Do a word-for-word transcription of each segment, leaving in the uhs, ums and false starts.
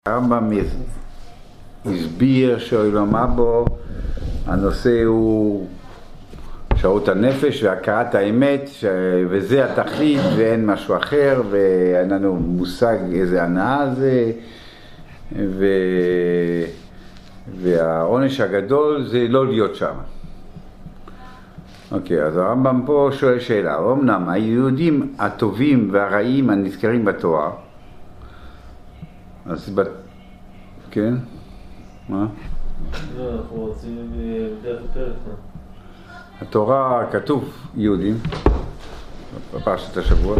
הרמב"ם הסביר שעולם הבא הנושא הוא שעות הנפש והכרת האמת, וזה התכלית ואין משהו אחר, ואין לנו מושג איזה הנאה זה, ו... והעונש הגדול זה לא להיות שם. אוקיי, אז הרמב"ם פה שואל שאלה, אמנם היהודים הטובים והרעים הנזכרים בתורה, אז בת... כן? מה? לא, אנחנו רוצים לדעת הפרק. התורה כתוב יהודים, בפרשת השבוע,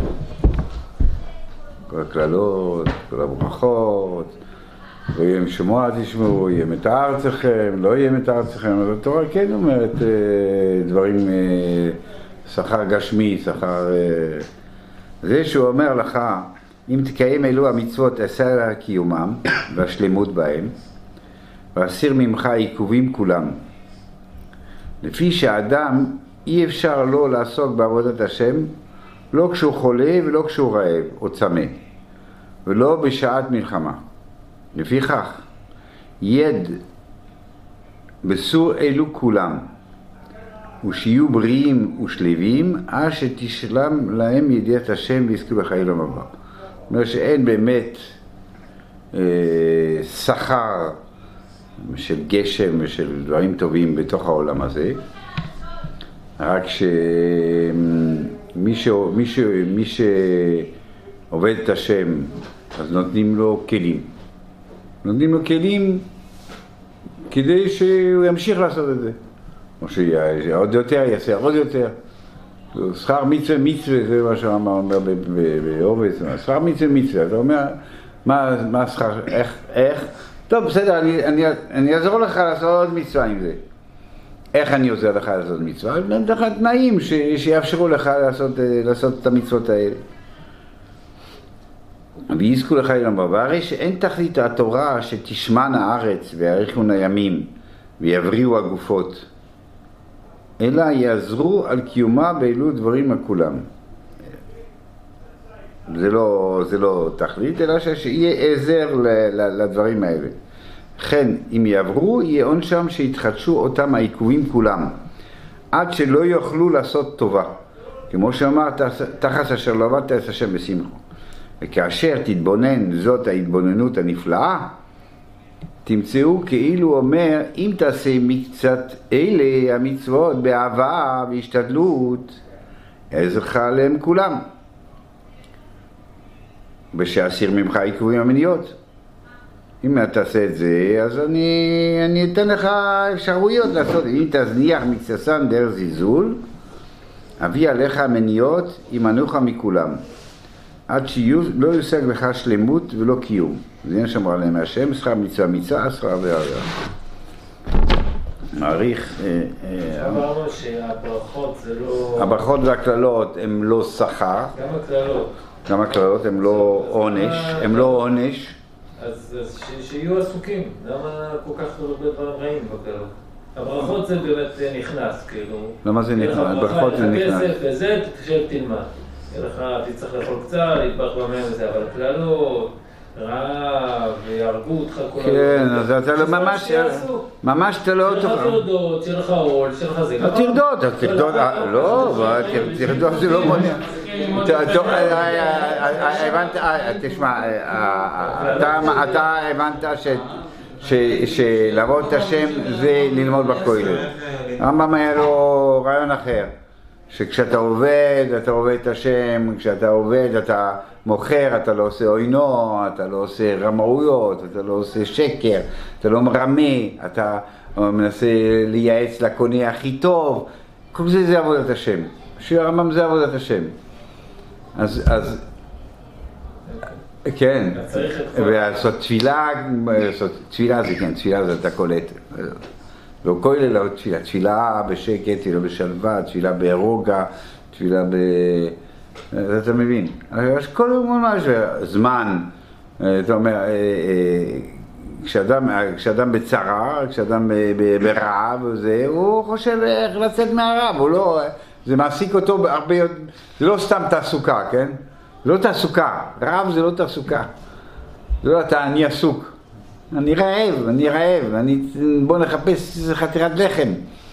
כל הכללות, כל הברכות, לא יהיה משמוע תשמעו, יהיה מתאר ארצכם, לא יהיה מתאר ארצכם, אבל התורה כן אומרת דברים, שכר גשמי, שכר... זה שהוא אומר לך, אם תקיים אלו המצוות עשה לה קיומם והשלמות בהם, והסיר ממך עיכובים כולם. לפי שהאדם אי אפשר לו לעסוק בעבודת השם, לא כשהוא חולה ולא כשהוא רעב או צמא, ולא בשעת מלחמה. לפיכך, יד בסור אלו כולם, ושיהיו בריאים ושלווים, עד שתשלם להם ידיעת השם ויזכו בחיי עולם הבא. זאת אומרת שאין באמת אה, שכר של גשם ושל דברים טובים בתוך העולם הזה, רק שמי ש... מי ש... מי שעובד את השם, אז נותנים לו כלים. נותנים לו כלים כדי שהוא ימשיך לעשות את זה. או שעוד יותר יעשה, עוד יותר. שכר מצווה מצווה, זה מה שהרמב"ם אומר בעובד, שכר מצווה מצווה. אתה אומר, מה, מה שכר, איך, איך? טוב, בסדר, אני, אני, אני אעזור לך לעשות עוד מצווה עם זה. איך אני עוזר לך לעשות מצווה? אני נותן לך תנאים ש, שיאפשרו לך לעשות, לעשות את המצוות האלה. ויזכו לך אילם בא, והרי שאין תכלית התורה שתשמן הארץ ויאריכון הימים ויבריאו הגופות, אלא יעזרו על קיומה באלו דברים הכולם. זה לא, זה לא תכלית, אלא שיהיה עזר לדברים האלה. לכן, אם יעברו, יהיה עונשם שיתחדשו אותם העיכובים כולם, עד שלא יוכלו לעשות טובה. כמו שאמר, תחת אשר לא עבדת את השם בשמחו. וכאשר תתבונן זאת ההתבוננות הנפלאה, תמצאו כאילו אומר, אם תעשה מקצת אלה המצוות באהבה והשתדלות, עזרך עליהם כולם. ושאסיר ממך עיכובים המיניות. אם אתה תעשה את זה, אז אני, אני אתן לך אפשרויות לעשות. אם תזניח מקצתן דרך זלזול, אביא עליך המניות, ימנעוך מכולם. עד שלא יושג לך שלמות ולא קיום. זה אין שאמר עליהם השם, שכר מצווה מצווה, שכר וערה. מעריך... אמרנו שהברכות זה לא... הברכות והכללות הם לא שכר. גם הכללות. גם הכללות הם לא עונש, הם לא עונש. אז שיהיו עסוקים. למה כל כך הרבה דברים רעים בכללות? הברכות זה באמת נכנס, כאילו. למה זה נכנס? הברכות זה נכנס. הכסף וזה, תשב תלמד. לך, תצטרך לאכול קצת, להתברך במים וזה, אבל כללות, רעב, ויהרגו אותך כל... כן, אז אתה ממש... ממש אתה לא... שלך תרדות, שלך עול, שלך זה... תרדות, תרדות... לא, תרדות זה לא מונע. הבנת, תשמע, אתה הבנת שלעבוד את השם זה ללמוד בכולל. הרמב"ם היה לו רעיון אחר. שכשאתה עובד, אתה עובד את השם, כשאתה עובד, אתה מוכר, אתה לא עושה עוינו, אתה לא עושה רמאויות, אתה לא עושה שקר, אתה לא מרמה, אתה מנסה לייעץ לקונה הכי טוב, כל זה זה עבודת השם. שהרמב"ם זה עבודת השם. אז, אז, כן, ולעשות תפילה, לעשות תפילה זה כן, תפילה זה אתה קולט. לא כולל לא תפילה, תפילה בשקט, תפילה בשלווה, תפילה ברוגע, תפילה ב... אתה מבין? יש כל ממש זמן, אתה אומר, כשאדם, כשאדם בצרה, כשאדם ברעב, וזה, הוא חושב איך לצאת מהרעב, הוא לא, זה מעסיק אותו הרבה, זה לא סתם תעסוקה, כן? זה לא תעסוקה, רעב זה לא תעסוקה, זה לא אתה אני עסוק. אני רעב, אני רעב, אני, בוא נחפש חתירת לחם.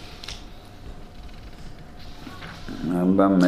הרמב"ם,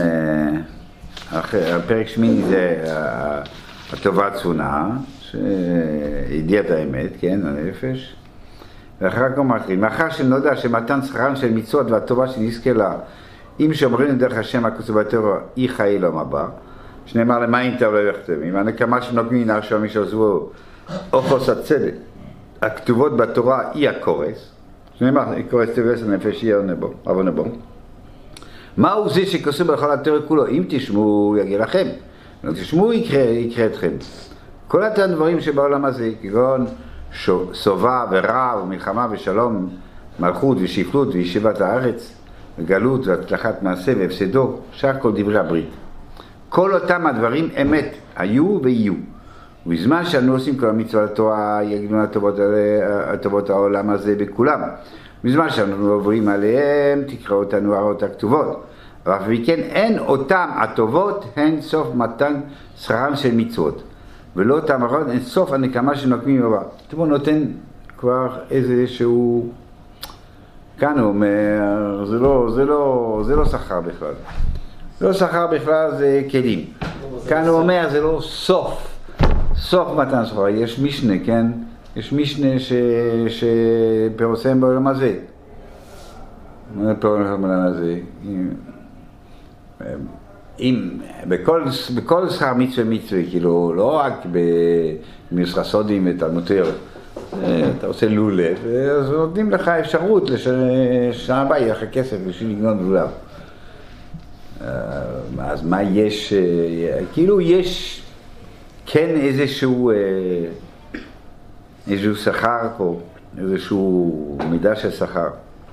הפרק שמיני זה הטובה צפונה, שידיעת האמת, כן, הנפש. ואחר כך מקריא, מאחר שנודע שמתן שכרן של מצוות והטובה שנזכה לה, אם שומרים דרך השם הכתוב בתורה, היא חיי לעולם הבא, שנאמר למה אם תבוא לכתב, אם הנקמה שנוקמים מן הרשע מי שעזבו, אופוס הצדק, הכתובות בתורה היא הקורס, שנאמר, היא קורס תבס הנפש, היא עוון בו. מהו זה שכוסו בכל התורה כולו? אם תשמעו, יגיע לכם. אם תשמעו, יקרה, יקרה אתכם. כל הדברים שבעולם הזה, כגון סובה ורע ומלחמה ושלום, מלכות ושפלות וישיבת הארץ, וגלות והצלחת מעשה והפסדו, שאר כל דברי הברית. כל אותם הדברים אמת היו ויהיו. ובזמן שאנו עושים כל המצוות התורה, יגידו הטובות, הטובות העולם הזה בכולם. בזמן שאנו עוברים עליהם, תקראו אותנו הרעות הכתובות. ואף וכן אין אותם הטובות, הן סוף מתן שכרן של מצוות. ולא אותם הרעות, אין סוף הנקמה שנוקמים בבא. הוא נותן כבר איזשהו... כאן הוא אומר, זה לא, זה לא, זה לא שכר בכלל. לא שכר בכלל, זה כלים. כאן הוא אומר, זה לא סוף. סוף מתן שכר. יש משנה, כן? יש משנה ש... שפרוסם בעולם הזה. מה פרוסם בעולם הזה? אם, בכל, בכל שכר מצווה מצווה, כאילו, לא רק במשרה סודים ותלמוד תורה, אתה עושה לולב, אז נותנים לך אפשרות לשנה הבאה יהיה לך כסף בשביל לגנות לולב. אז מה יש, כאילו יש כן איזשהו, איזשהו שכר פה, איזשהו מידה של שכר.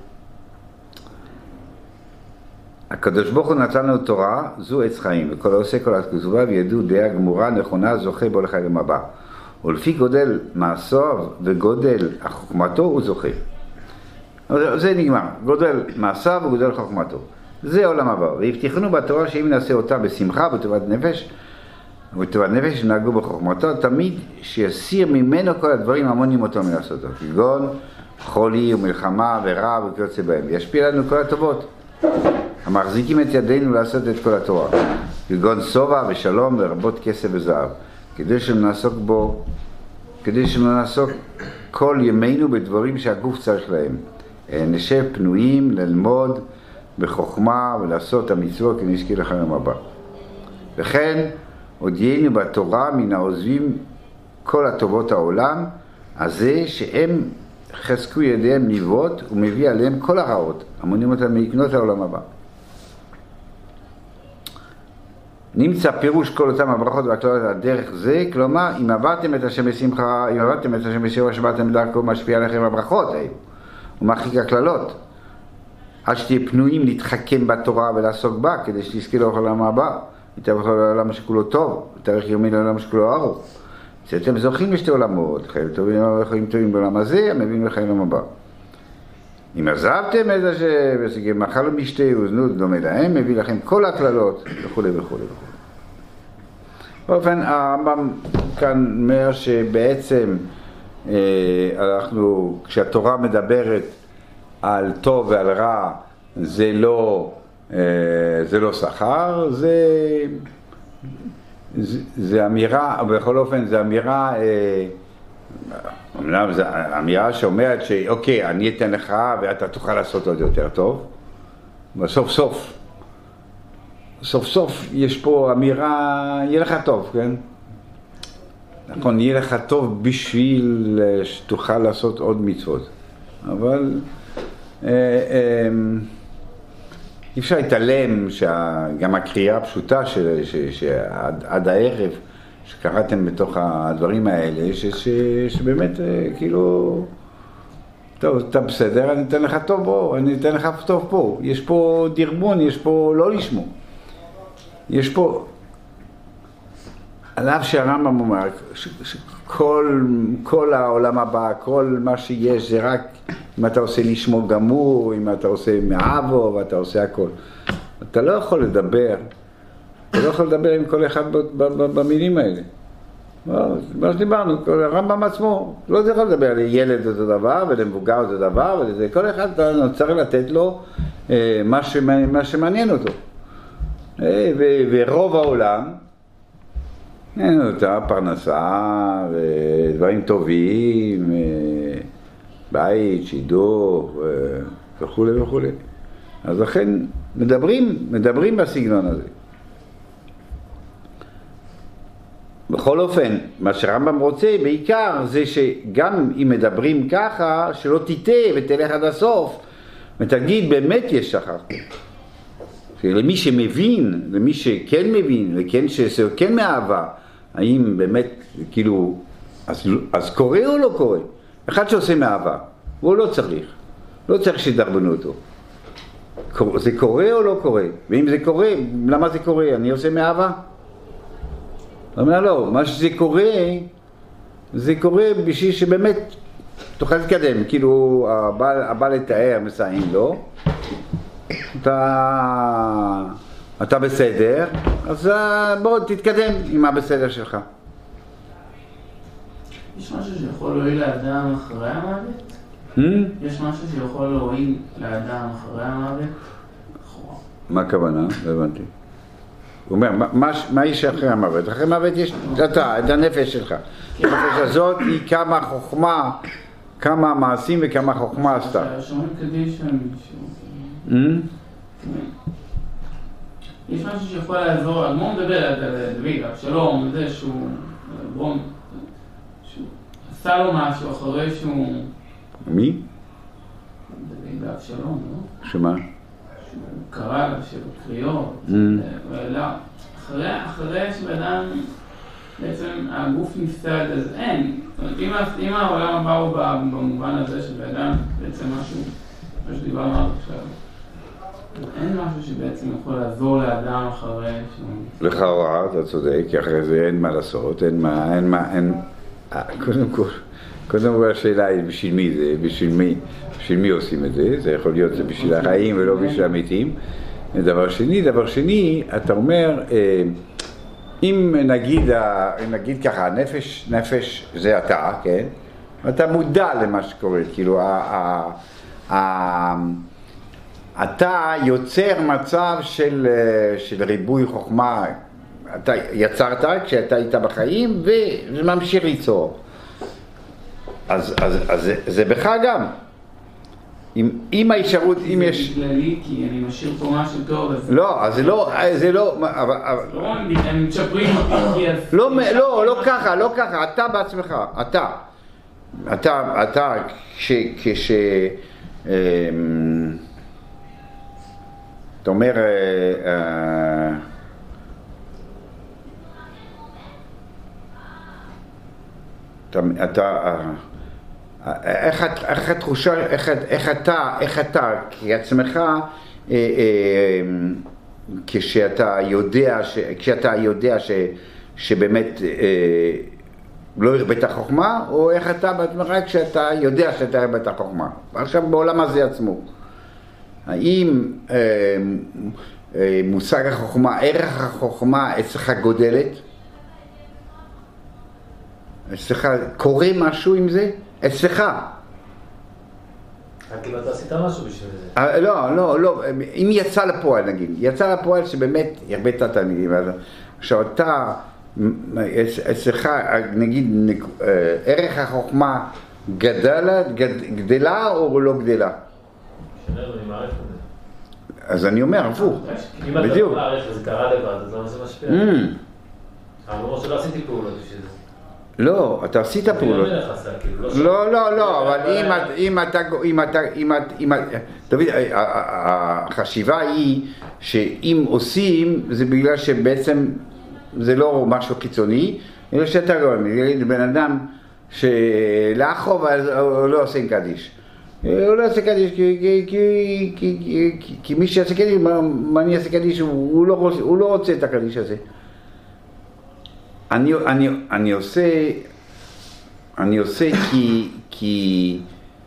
הקדוש ברוך הוא נתן לנו תורה, זו עץ חיים, וכל העושה כל הכתובה וידעו דעה גמורה נכונה זוכה בו לחיים הבא. ולפי גודל מעשיו וגודל חוכמתו הוא זוכה. זה נגמר, גודל מעשיו וגודל חוכמתו. זה עולם הבא. והבטיחנו בתורה שאם נעשה אותה בשמחה, בטובת נפש, ובטובת נפש שנהגו בחוכמתו, תמיד שיסיר ממנו כל הדברים המונים אותו מלעשותו. כגון חולי ומלחמה ורע וכיוצא בהם. ישפיע לנו כל הטובות. המחזיקים את ידינו לעשות את כל התורה. כגון סובה ושלום לרבות כסף וזהב. כדי שנעסוק בו, כדי שנעסוק כל ימינו בדברים שהגוף צריך להם. נשב פנויים ללמוד בחוכמה ולעשות את המצוות כנזכה לחיים הבא. וכן הודיענו בתורה מן העוזבים כל הטובות העולם, הזה שהם חזקו ידיהם לבעוט ומביא עליהם כל הרעות, המונים אותם מלקנות העולם הבא. נמצא פירוש כל אותם הברכות והקללות על דרך זה, כלומר, אם עברתם את השם בשמחה, אם עברתם את השם בשבוע שבאתם בדרכו, משפיע עליכם הברכות, ומרחיק הקללות. עד שתהיה פנויים להתחכם בתורה ולעסוק בה, כדי שתזכה לאוכל העולם הבא, ותברך לעולם שכולו טוב, ותאריך יומי לעולם שכולו ארוך. שאתם זוכים בשתי עולמות, חיים טובים, חיים טובים בעולם הזה, המביאים לחיים לעולם הבא. אם עזבתם את השם, וסיגם מחלו משתה וזנות דומה להם, מביא לכם כל הקללות, וכו' וכו' וכו'. באופן, הרמב"ם כאן אומר שבעצם אה, אנחנו, כשהתורה מדברת על טוב ועל רע, זה לא, אה, זה לא שכר, זה, זה, זה אמירה, בכל אופן, זה אמירה, אה, אמנם זו אמירה שאומרת שאוקיי, אני אתן לך ואתה תוכל לעשות עוד יותר טוב, בסוף סוף, סוף סוף יש פה אמירה, יהיה לך טוב, כן? נכון, יהיה לך טוב בשביל שתוכל לעשות עוד מצוות, אבל אה, אה, אי אפשר להתעלם שגם הקריאה הפשוטה של, ש, שעד עד הערב שקראתם בתוך הדברים האלה, ש, ש, שבאמת כאילו, טוב, אתה בסדר, אני אתן לך טוב בו, אני אתן לך טוב פה, יש פה דרבון, יש פה לא לשמו, יש פה, עליו שהרמב"ם אומר, שכל כל העולם הבא, כל מה שיש זה רק אם אתה עושה לשמו גמור, אם אתה עושה מאבו ואתה עושה הכל. אתה לא יכול לדבר, אתה לא יכול לדבר עם כל אחד במילים האלה. מה שדיברנו, הרמב"ם עצמו, לא צריך לדבר על ילד אותו דבר ולמבוגר אותו דבר, ולזה, כל אחד צריך לתת לו מה שמעניין, מה שמעניין אותו. ורוב העולם, אין אותה פרנסה ודברים טובים, בית, שידור וכו' וכו'. אז לכן מדברים, מדברים בסגנון הזה. בכל אופן, מה שרמב"ם רוצה בעיקר זה שגם אם מדברים ככה, שלא תיטה ותלך עד הסוף ותגיד באמת יש שכר. למי שמבין, למי שכן מבין, וכן שזה כן מאהבה, האם באמת כאילו, אז, אז קורה או לא קורה? אחד שעושה מאהבה, הוא לא צריך, לא צריך שדרבנו אותו. זה קורה או לא קורה? ואם זה קורה, למה זה קורה? אני עושה מאהבה? הוא אומר לא, מה שזה קורה, זה קורה בשביל שבאמת תוכל להתקדם, כאילו הבא, הבא לתאר מסעים לו, אתה, אתה בסדר, אז בוא תתקדם עם הבסדר שלך. יש משהו שיכול להועיל לאדם אחרי המוות? Hmm? יש משהו שיכול להועיל לאדם אחרי המוות? מה הכוונה? לא הבנתי. הוא אומר, מה, מה יש אחרי המוות? אחרי המוות יש אתה, את הנפש שלך. הנפש הזאת היא כמה חוכמה, כמה מעשים וכמה חוכמה עשתה. שומעים קדיש על מישהו. יש משהו שיכול לעזור, אדמו"ר מדבר על דוד, אבשלום, זה שהוא עשה לו משהו אחרי שהוא... מי? דוד אבשלום, לא? שמה? שהוא קרא לה שבע קריאות, אחרי, אחרי שבאדם בעצם הגוף נפסד, אז אין. אם, אם העולם הבא הוא במובן הזה שבאדם בעצם משהו, מה שדיברנו עד עכשיו, אין משהו שבעצם יכול לעזור לאדם אחרי שהוא... לכאורה, אתה צודק, כי אחרי זה אין מה לעשות, אין מה, אין מה, אין... קודם כל, קודם כל השאלה היא בשביל מי זה, בשביל מי, בשביל מי עושים את זה, זה יכול להיות בשביל החיים ולא בשביל המתים. דבר שני, דבר שני, אתה אומר, אם נגיד, נגיד ככה, נפש, נפש זה אתה, כן? אתה מודע למה שקורה, כאילו, אתה יוצר מצב של, של ריבוי חוכמה, אתה יצרת כשאתה היית בחיים וזה ממשיך ליצור. אז, אז, אז זה, זה בך גם. אם, אם האפשרות, אם יש... זה בגללי, כי אני משאיר פה משהו טוב, אז... לא, אז זה לא, זה לא... לא, הם מצ'פרים אותי, לא, לא, לא ככה, לא ככה, אתה בעצמך, אתה. אתה, אתה, כש... כש... אתה אומר... אתה... אתה איך, איך התחושה, איך, איך אתה, איך אתה, כעצמך, אה, אה, כשאתה יודע, ש, כשאתה יודע ש, שבאמת אה, לא הרבית חוכמה, או איך אתה בעצמך כשאתה יודע שאתה הרבית חוכמה. עכשיו בעולם הזה עצמו, האם אה, אה, מושג החוכמה, ערך החוכמה אצלך גודלת? אצלך קורה משהו עם זה? אצלך. רק אם אתה עשית משהו בשביל זה. לא, לא, לא. אם יצא לפועל, נגיד. יצא לפועל שבאמת הרבית תלמידים. עכשיו אתה, אצלך, נגיד, ערך החוכמה גדלה, גדלה או לא גדלה? שנה, אני מעריך את זה. אז אני אומר, הפוך. אם אתה לא מעריך וזה קרה לבד, אז למה זה משפיע? אני אומר שלא עשיתי פעולות בשביל זה. לא, אתה עשית פעולות. לא, לא, לא, אבל אם אתה, אם אתה, אם אתה, אם אתה, דוד, החשיבה היא שאם עושים זה בגלל שבעצם זה לא משהו קיצוני, אלא שאתה לא, בן אדם שלאחוב הוא לא עושה קדיש. הוא לא עושה קדיש כי מי שעושה קדיש, מה אני עושה קדיש, הוא לא רוצה את הקדיש הזה. אני, אני, אני עושה, אני עושה כי, כי,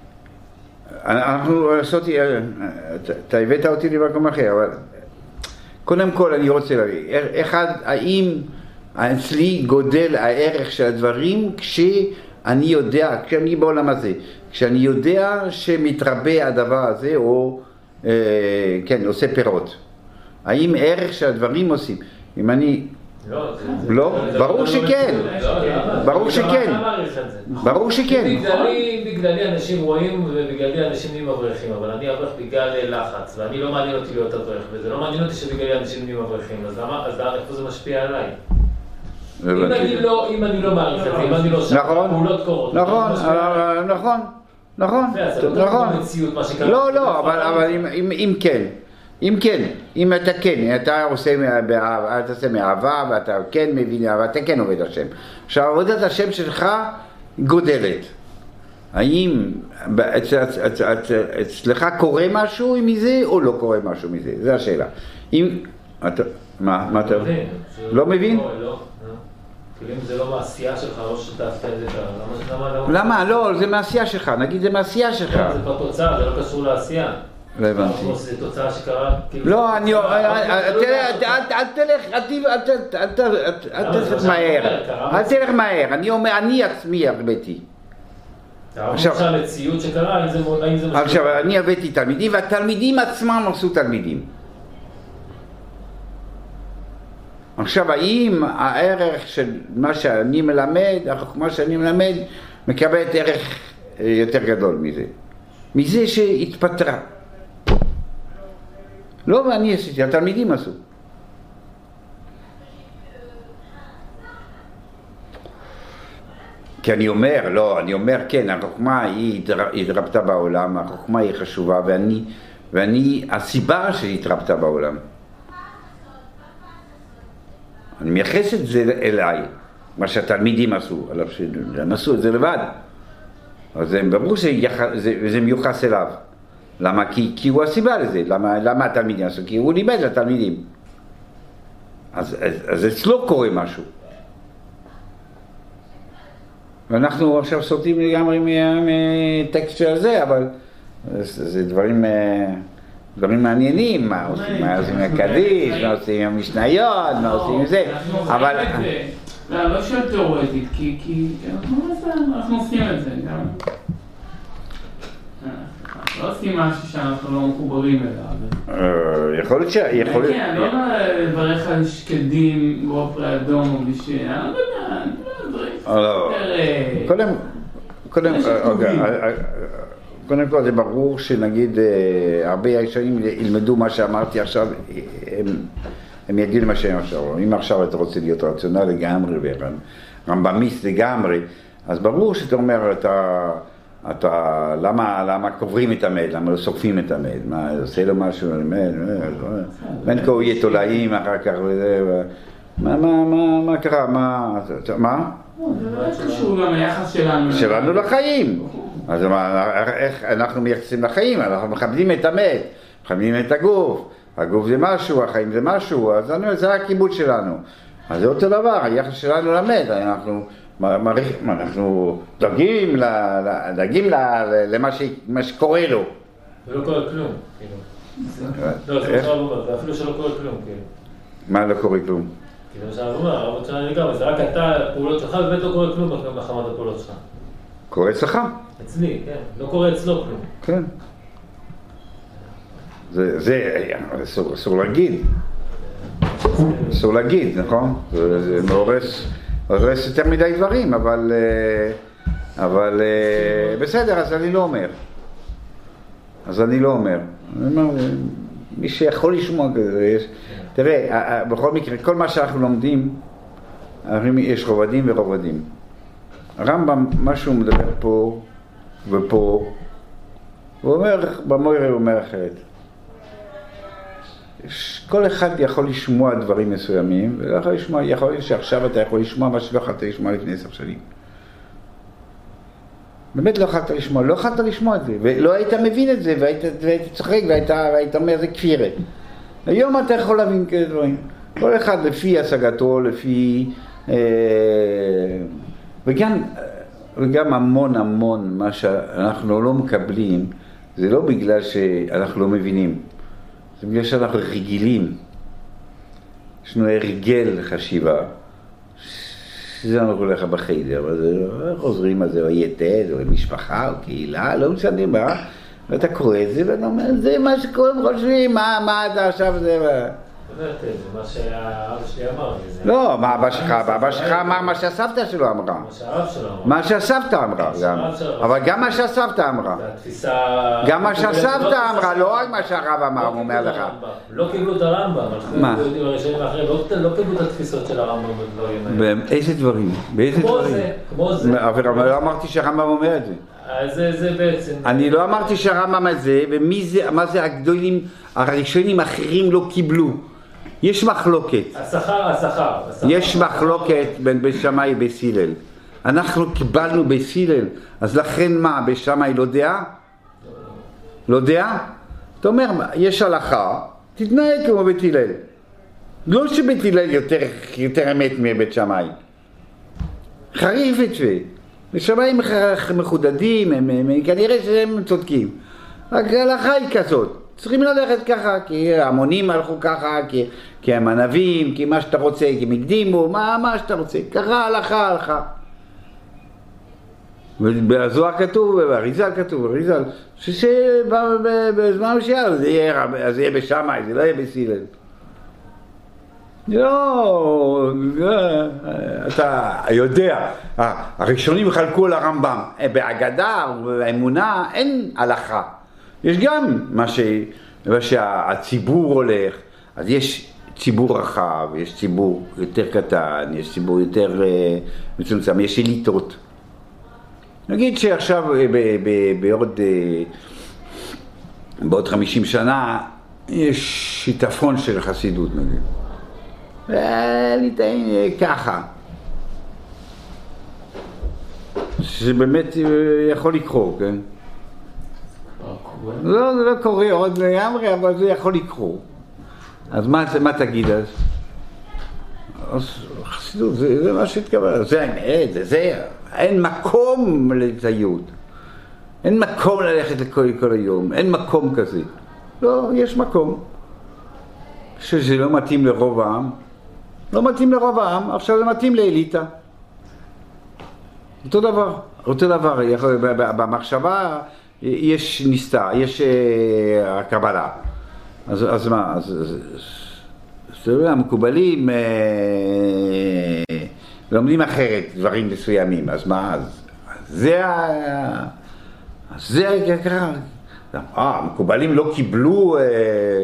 אנחנו עשיתי, אתה הבאת אותי למקום אחר, אבל קודם כל אני רוצה להגיד, אחד, האם אצלי גודל הערך של הדברים כשאני יודע, כשאני בעולם הזה, כשאני יודע שמתרבה הדבר הזה או, אה, כן, עושה פירות. האם ערך של הדברים עושים? אם אני... לא, לא? ברור שכן. ברור שכן. ברור שכן. בגללי אנשים רואים ובגללי אנשים נהיים אברכים, אבל אני אברך בגלל לחץ, ואני לא מעניין אותי להיות אברך, וזה לא מעניין אותי שבגללי אנשים נהיים אברכים, אז איפה זה משפיע עליי? אם אני לא מעריך את זה, אם אני לא שם, פעולות קורות. נכון, נכון, נכון, נכון. לא, לא, אבל אם כן. אם כן, אם אתה כן, אתה עושה באהבה, אתה עושה מאהבה ואתה כן מבין, ואתה כן עובד השם. עכשיו, עבודת השם שלך גודלת. האם אצלך קורה משהו מזה או לא קורה משהו מזה? זו השאלה. אם, מה, מה אתה... לא מבין? לא, לא. כאילו אם זה לא מעשייה שלך, או שאתה עשתה את זה, למה לא... למה? לא, זה מעשייה שלך, נגיד זה מעשייה שלך. זה כבר תוצאה, זה לא קשור לעשייה. לא הבנתי. זה תוצאה שקרה... לא, אני... אל תלך, אל תלך מהר. אל תלך מהר. אני אומר, אני עצמי הבאתי. עכשיו, לציוד שקרה, האם זה משהו... עכשיו, אני הבאתי תלמידים, והתלמידים עצמם עשו תלמידים. עכשיו, האם הערך של מה שאני מלמד, החוכמה שאני מלמד, מקבלת ערך יותר גדול מזה? מזה שהתפטרה. לא ואני עשיתי, התלמידים עשו. כי אני אומר, לא, אני אומר, כן, החוכמה היא התרבתה בעולם, החוכמה היא חשובה, ואני, ואני הסיבה שהיא התרבתה בעולם. אני מייחס את זה אליי, מה שהתלמידים עשו, הם עשו את זה לבד. אז הם ברור שזה מיוחס אליו. למה? כי, כי הוא הסיבה לזה. למה, למה התלמידים עשו? כי הוא לימד לתלמידים. אז, אז, אז אצלו קורה משהו. ואנחנו עכשיו סורטים לגמרי מטקסט של זה, אבל זה, זה דברים, דברים מעניינים. מה עושים? מה עושים עם הקדיש? מה עושים עם המשניות? מה עושים עם זה? אבל... לא, לא שואל תיאורטית, כי אנחנו עושים את זה גם. לא עושים משהו שאנחנו לא מחוברים אליו. יכול להיות ש... כן, לא לברך על שקדים, גרופ לאדום או בשביל... אני לא יודע, אני לא יודע, קודם, קודם, קודם כל זה ברור שנגיד הרבה ישנים ילמדו מה שאמרתי עכשיו, הם יגידו מה שהם עכשיו. אם עכשיו אתה רוצה להיות רציונל לגמרי ורמב"מיסט לגמרי, אז ברור שאתה אומר, אתה, אתה, למה, למה קוברים את המת, למה לא שורפים את המת, מה, עושה לו משהו, בין כה הוא יהיה תולעים אחר כך וזה, מה, מה, מה, מה קרה, מה, מה? זה קשור גם ליחס שלנו. שלנו לחיים. אז איך אנחנו מייחסים לחיים? אנחנו מכבדים את המת, מכבדים את הגוף. הגוף זה משהו, החיים זה משהו, אז זה הכיבוד שלנו. אז זה אותו דבר, היחס שלנו למת, אנחנו... אנחנו דואגים למה שקורה לו. ולא קורה כלום, כאילו. לא, זה משהו אומר, זה אפילו שלא קורה כלום, כאילו. מה לא קורה כלום? כאילו, מה שאני אומר, הרבות שאני לגמרי, זה רק אתה, הפעולות שלך, באמת לא קורה כלום בחמת הפעולות שלך. קורה אצלך? אצלי, כן. לא קורה אצלו כלום. כן. זה, אסור להגיד. אסור להגיד, נכון? זה מעורס... הורס יותר מדי דברים, אבל, אבל בסדר, אז אני לא אומר. אז אני לא אומר. אני אומר, מי שיכול לשמוע כזה, יש... תראה, בכל מקרה, כל מה שאנחנו לומדים, יש רובדים ורובדים. הרמב"ם, מה שהוא מדבר פה ופה, הוא אומר, במוירה הוא אומר אחרת. כל אחד יכול לשמוע דברים מסוימים, ולא יכול לשמוע, יכול להיות שעכשיו אתה יכול לשמוע מה שלא יכולת לשמוע לפני עשר שנים. באמת לא יכולת לשמוע, לא יכולת לשמוע את זה, ולא היית מבין את זה, והיית, והיית צוחק, והיית, והיית אומר, זה כפירה. היום אתה יכול להבין כאלה דברים. כל אחד לפי השגתו, לפי... אה, וגם, וגם המון המון מה שאנחנו לא מקבלים, זה לא בגלל שאנחנו לא מבינים. זה בגלל שאנחנו רגילים, יש לנו הרגל חשיבה, שזה אנחנו הולך בחדר, חוזרים על זה, או יתד, או משפחה, או קהילה, לא משנה מה, ואתה קורא את זה, ואתה אומר, זה מה שקוראים חושבים, מה אתה עכשיו זה... זה מה שהאבא שלי אמר. לא, מה אבא שלך? אבא שלך אמר מה שהסבתא שלו אמרה. מה שהאב שלו אמר. מה שהסבתא אמרה. אבל גם מה שהסבתא אמרה. גם מה שהסבתא אמרה, לא רק מה שהרב אמר, הוא אומר לך. לא קיבלו את הרמב"ם. מה? לא קיבלו את התפיסות של הרמב"ם בדברים האלה. באיזה דברים? באיזה כמו דברים? זה, כמו זה. אבל לא אמרתי שהרמב"ם אומר את זה. אז זה בעצם... אני לא אמרתי שהרמב"ם את זה, ומה זה הגדולים, הראשונים האחרים לא קיבלו. יש מחלוקת. השכר, השכר. יש מחלוקת בין בית שמאי ובית הלל. אנחנו קיבלנו בית הלל, אז לכן מה, בית שמאי לא דעה? לא דעה? אתה אומר, יש הלכה, תתנהג כמו בית הלל. לא שבית הלל יותר, יותר אמת מבית שמאי. חריף את זה. בית שמאי מחודדים, הם, הם, הם, כנראה שהם צודקים. רק ההלכה היא כזאת. צריכים ללכת ככה, כי המונים הלכו ככה, כי, כי הם ענבים, כי מה שאתה רוצה, כי הם הקדימו, מה, מה שאתה רוצה. ככה הלכה, הלכה. ובזוהר כתוב, ובאריזל כתוב, באריזל, שבזמן משיח זה יהיה, זה יהיה בשמאי, זה לא יהיה בסילל. לא, אתה יודע, הראשונים חלקו לרמב"ם, בהגדה ובאמונה אין הלכה. יש גם מה, ש... מה שהציבור הולך, אז יש ציבור רחב, יש ציבור יותר קטן, יש ציבור יותר uh, מצומצם, יש אליטות. נגיד שעכשיו ב- ב- בעוד, uh, בעוד חמישים שנה יש שיטפון של חסידות נגיד. וליטאים ככה. שזה באמת יכול לקרות, כן? לא, זה לא קורה עוד לגמרי, אבל זה יכול לקרות. אז מה, מה תגיד אז? אז חסידות, זה, זה מה שהתקבל, זה האמת, זה זה, אין מקום לזיות. אין מקום ללכת לכל כל היום, אין מקום כזה. לא, יש מקום. שזה לא מתאים לרוב העם. לא מתאים לרוב העם, עכשיו זה מתאים לאליטה. אותו דבר, אותו דבר, במחשבה יש נסתר, יש הקבלה. אז, אז מה, אז, אז, אז המקובלים אה, לומדים אחרת דברים מסוימים, אז מה, אז, אז זה ה... אז זה ככה, אה, המקובלים לא קיבלו אה,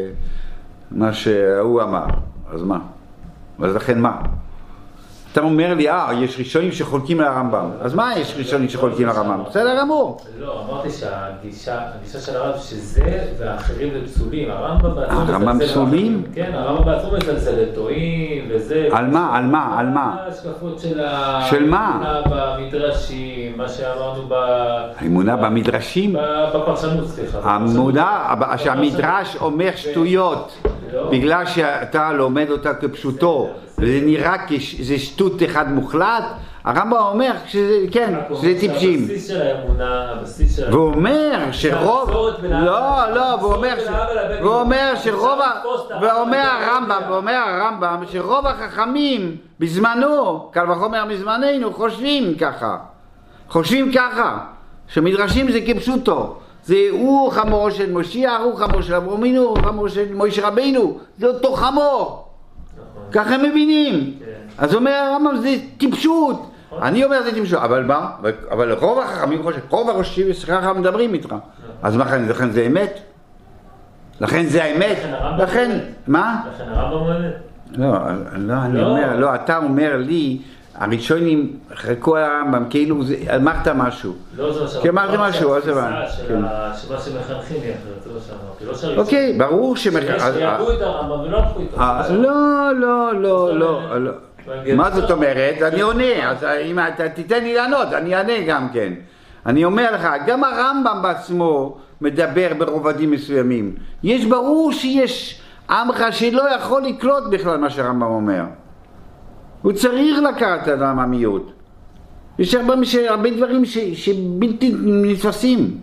מה שהוא אמר, אז מה? אז לכן מה? אתה אומר לי, אה, יש ראשונים שחולקים לרמב"ם. אז מה יש ראשונים שחולקים לרמב"ם? בסדר גמור. לא, אמרתי שהגישה של הרב שזה והאחרים זה פסולים. הרמב"ם בעצמו... הרמב"ם פסולים? כן, הרמב"ם בעצמו מזלזל לטועים וזה... על מה? על מה? על מה? ההשקפות של ה... של מה? האמונה במדרשים, מה שאמרנו ב... האמונה במדרשים? בפרשנות, סליחה. האמונה שהמדרש אומר שטויות. בגלל שאתה לומד אותה כפשוטו. וזה נראה שזה שטות אחד מוחלט, הרמב"ם אומר שזה, כן, שזה טיפשים. הבסיס של האמונה, הבסיס של... והוא אומר שרוב... לא, לא, והוא אומר שרוב... ואומר הרמב"ם, ואומר הרמב"ם שרוב החכמים בזמנו, קל וחומר מזמננו, חושבים ככה. חושבים ככה, שמדרשים זה כפשוטו. זה הוא חמור של משיח, הוא חמור של אברהם אבינו, הוא חמור של משה רבינו, זה אותו חמור. ככה הם מבינים. אז אומר הרמב"ם זה טיפשות. אני אומר זה טיפשות, אבל מה? אבל רוב החכמים חושבים, רוב הראשים ושכחה מדברים איתך. אז מה, לכן זה אמת? לכן זה האמת? לכן, מה? לכן הרמב"ם אומר? לא, לא, אני אומר, לא, אתה אומר לי, הראשונים חלקו על הרמב"ם, כאילו אמרת משהו. לא, זה מה שאמרתי. כי אמרת משהו, אז זה מה. שמה שמחנכים לי אחרת, זה מה שאמרתי. אוקיי, ברור שמחנכים. שיעבו את הרמב"ם ולא הלכו איתו. לא, לא, לא, לא. מה זאת אומרת? אני עונה, אז אם אתה תיתן לי לענות, אני אענה גם כן. אני אומר לך, גם הרמב"ם בעצמו מדבר ברובדים מסוימים. יש ברור שיש עמך שלא יכול לקלוט בכלל מה שהרמב"ם אומר. הוא צריך לקחת את העממיות. יש הרבה, הרבה דברים ש, שבלתי נתפסים.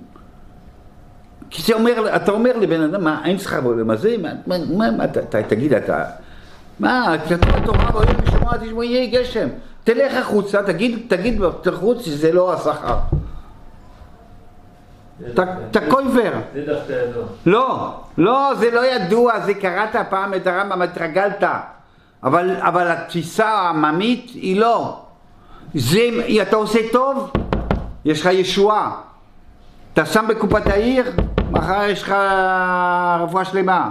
כי זה אומר, אתה אומר לבן אדם, מה, אין שכר בעולם הזה? מה, מה, מה, מה אתה, תגיד, אתה... מה, כתוב בתורה, ואוהב לשמוע, תשמעו, יהיה גשם. תלך החוצה, תגיד, תגיד בחוץ שזה לא השכר. אתה קויבר. זה דווקא ידוע. לא, לא, זה לא ידוע, זה קראת פעם את הרמב"ם, התרגלת. אבל, אבל התפיסה העממית היא לא. זה, אתה עושה טוב, יש לך ישועה. אתה שם בקופת העיר, מחר יש לך רפואה שלמה.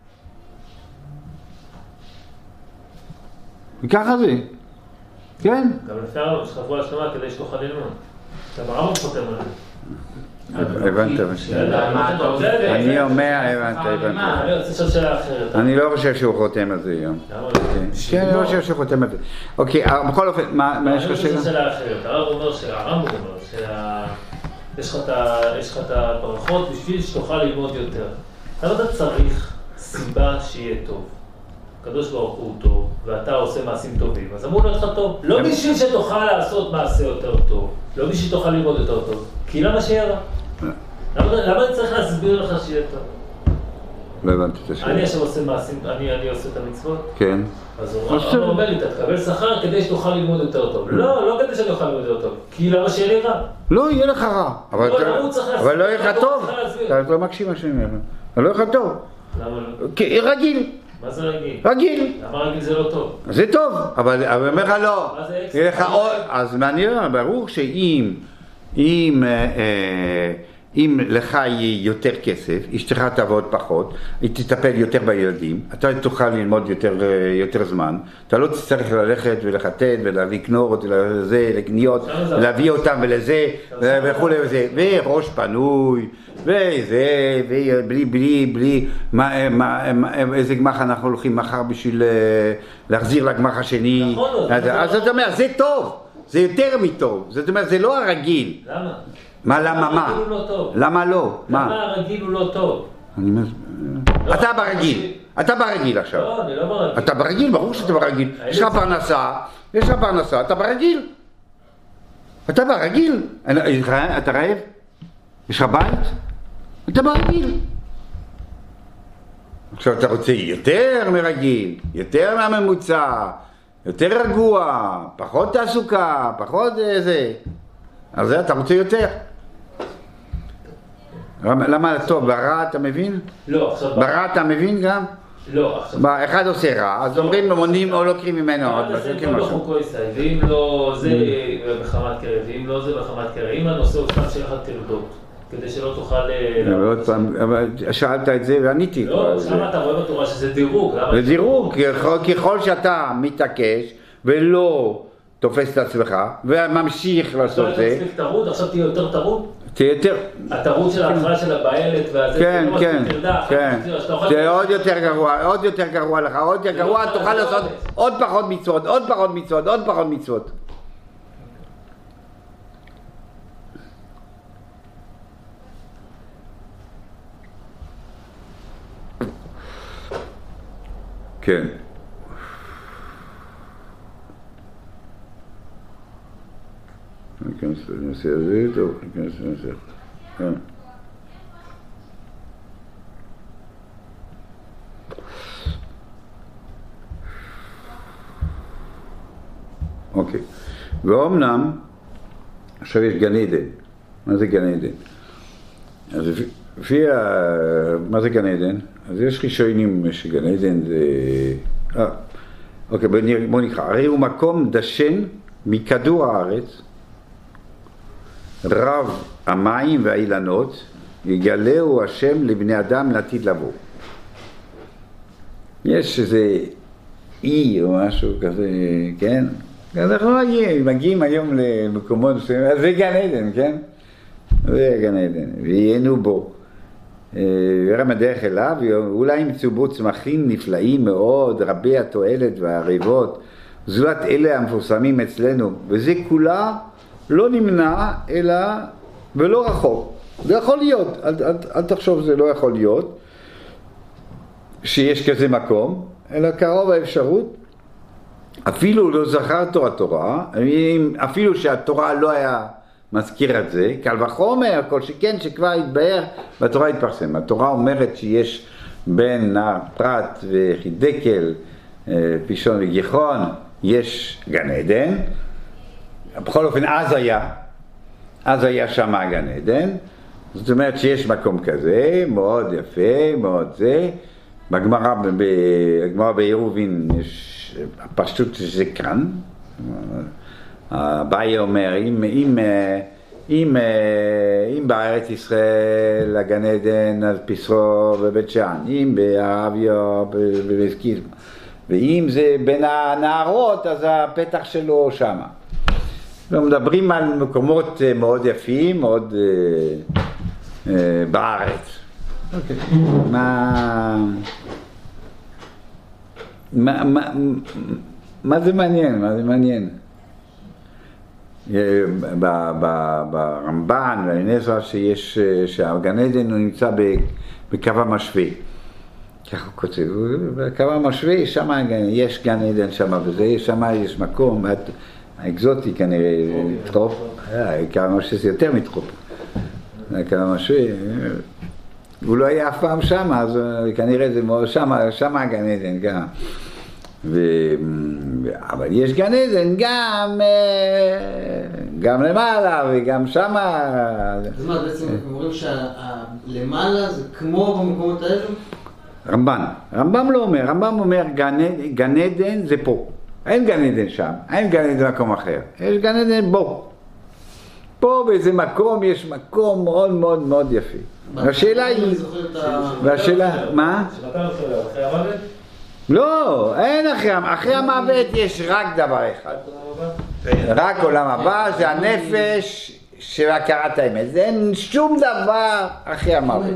וככה זה. כן. גם לפי הרב יש לך רפואה שלמה כדי שתוכל ללמוד. אתה ברמב"ם חותם על זה. הבנת, אני אומר, הבנת, הבנת. אני רוצה לשאול שאלה אחרת. אני לא חושב שהוא חותם על זה היום. כן, אני לא חושב שהוא חותם על זה. אוקיי, בכל אופן, מה יש לך שאלה? אני רוצה שאלה אחרת. הרב אומר, הרמב"ם אומר, יש לך את הברכות בשביל שתוכל ללמוד יותר. אתה צריך סיבה שיהיה טוב. הקדוש ברוך הוא טוב, ואתה עושה מעשים טובים, אז אמור לך טוב. לא בשביל שתוכל לעשות מעשה יותר טוב, לא בשביל שתוכל ללמוד יותר טוב, כי למה שיהיה רע? למה אני צריך להסביר לך שיהיה טוב? לא הבנתי את השאלה. אני עכשיו עושה מעשים, אני עושה את המצוות? כן. אז הוא אומר לי, אתה תקבל שכר כדי שתוכל ללמוד יותר טוב. לא, לא כדי שאני אוכל ללמוד יותר טוב, כי למה שיהיה לי רע? לא, יהיה לך רע. אבל לא יהיה לך טוב. אתה לא מקשיב מה שאני אומר. אבל לא יהיה לך טוב. למה לא? רגיל. מה זה רגיל? רגיל. למה רגיל זה לא טוב? זה טוב, אבל אני אומר לך לא. מה זה אקסטרה? אז מעניין, ברור שאם אם, אם לך יהיה יותר כסף, אשתך תעבוד פחות, היא תטפל יותר בילדים, אתה תוכל ללמוד יותר, יותר זמן, אתה לא תצטרך ללכת ולחתן ולהביא כנורות ולזה, לקניות, להביא אותם ולזה וכו' וזה, וראש פנוי וזה, ובלי, בלי, בלי, מה, מה, איזה גמח אנחנו הולכים מחר בשביל להחזיר לגמח השני, אז זאת אומרת, זה טוב, זה יותר מטוב, זאת אומרת, זה לא הרגיל. למה? מה, למה, מה? למה לא? למה הרגיל הוא לא טוב? אתה ברגיל, אתה ברגיל עכשיו. לא, אני לא ברגיל. אתה ברגיל, ברור שאתה ברגיל. יש לך פרנסה, יש לך פרנסה, אתה ברגיל. אתה ברגיל. אתה רעב? יש לך בית? אתה ברגיל. עכשיו אתה רוצה יותר מרגיל, יותר מהממוצע, יותר רגוע, פחות תעסוקה, פחות זה. אז זה אתה רוצה יותר. למה טוב, ברע אתה מבין? לא, עכשיו... ברע אתה מבין גם? לא, עכשיו... אחד עושה רע, אז אומרים לו מונים או לוקחים ממנו עוד משהו. ואם לא זה בחמת קרב, ואם לא זה בחמת קרב, אם הנושא הוא סתם שלך תרדות, כדי שלא תוכל... ועוד פעם, שאלת את זה ועניתי. לא, למה אתה רואה בתורה שזה דירוג? זה דירוג, ככל שאתה מתעקש ולא תופס את עצמך וממשיך לעשות זה. אתה תספיק תרוד, עכשיו תהיה יותר תרוד? תהיה יותר... התרוד של ההתחלה של הבעלת והזה, כן, כן, כן. זה עוד יותר גרוע, עוד יותר גרוע לך, עוד יותר גרוע, תוכל לעשות עוד פחות מצוות, עוד פחות מצוות, עוד פחות מצוות. כן. ניכנס לנושא הזה, טוב, ניכנס לנושא הזה. כן. אוקיי. ואומנם, עכשיו יש גן עדן. מה זה גן עדן? אז לפי ה... מה זה גן עדן? אז יש חישונים שגן עדן זה... אה, אוקיי, בוא נקרא. הרי הוא מקום דשן מכדור הארץ, רב המים והאילנות, יגלהו השם לבני אדם לעתיד לבוא. יש איזה אי או משהו כזה, כן? אנחנו לא מגיעים, מגיעים היום למקומות מסוימים, אז זה גן עדן, כן? זה גן עדן, וייהנו בו. ורם הדרך אליו, אולי ימצאו בו צמחים נפלאים מאוד, רבי התועלת והעריבות, זולת אלה המפורסמים אצלנו, וזה כולה לא נמנע, אלא ולא רחוק. זה יכול להיות, אל, אל, אל תחשוב שזה לא יכול להיות, שיש כזה מקום, אלא קרוב האפשרות, אפילו לא זכר תורה תורה, אפילו שהתורה לא היה מזכיר את זה, קל וחומר, כל שכן שכבר התבהר, והתורה התפרסם. התורה אומרת שיש בין הפרת וחידקל, פישון וגיחון, יש גן עדן, בכל אופן אז היה, אז היה שם גן עדן, זאת אומרת שיש מקום כזה, מאוד יפה, מאוד זה, בגמרא, בגמרא בעירובין יש הפשטות שזה כאן, אביי אומר, אם, אם, אם, אם בארץ ישראל הגן עדן אז פסרו בבית שאן, אם בערביה בבית קיסמא, ואם זה בין הנערות אז הפתח שלו שמה. מדברים על מקומות מאוד יפים, מאוד אה, אה, בארץ. אוקיי. מה, מה, מה, מה זה מעניין? מה זה מעניין? ברמב"ן, בנזרא, שיש, שהגן עדן הוא נמצא בקו המשווה. ככה הוא כותב, בקו המשווה, שם יש גן עדן שם וזה, שם יש מקום, האקזוטי כנראה, טרופ, כמה שזה יותר מטרופ. כמה משווה, הוא לא היה אף פעם שם, אז כנראה זה שם, שם הגן עדן גם. ו... אבל יש גן עדן גם, גם למעלה וגם שמה. אז מה, בעצם אומרים שלמעלה זה כמו במקומות האלו? רמב"ן, רמב"ם לא אומר, רמב"ם אומר גן, גן עדן זה פה. אין גן עדן שם, אין גן עדן במקום אחר. יש גן עדן בו. פה באיזה מקום יש מקום מאוד מאוד מאוד יפה. והשאלה היא... והשאלה... מה? שמתי נופל אחרי המוות? לא, אין אחרי המוות. אחרי המוות יש רק דבר אחד. רק עולם הבא, זה הנפש של הכרת האמת. זה אין שום דבר אחרי המוות.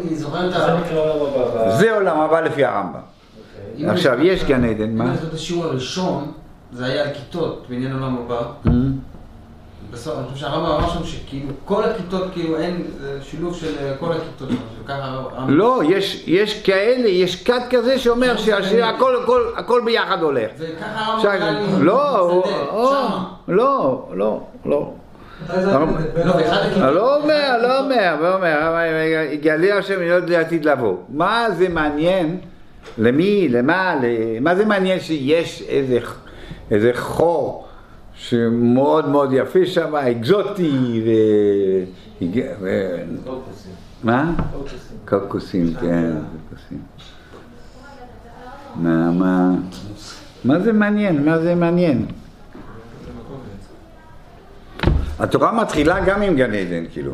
זה עולם הבא לפי הרמב"ם. עכשיו, יש גן עדן, מה? אם אני חושב את השיעור הראשון, זה היה על כיתות בעניין עולם הבא. בסוף, אני חושב שהרמב"ם אמר שם שכאילו כל הכיתות, כאילו אין שילוב של כל הכיתות, וככה... לא, יש כאלה, יש כת כזה שאומר שהכל ביחד הולך. וככה הרמב"ם... לא, לא, לא, לא. לא אומר, לא אומר, לא אומר, יגלה השם להיות לעתיד לבוא. מה זה מעניין? למי, למה, מה זה מעניין שיש איזה חור שמאוד מאוד יפה שם, אקזוטי ו... קוקוסים. מה? קוקוסים, כן, קוקוסים. מה, מה... מה זה מעניין? מה זה מעניין? התורה מתחילה גם עם גן עדן, כאילו.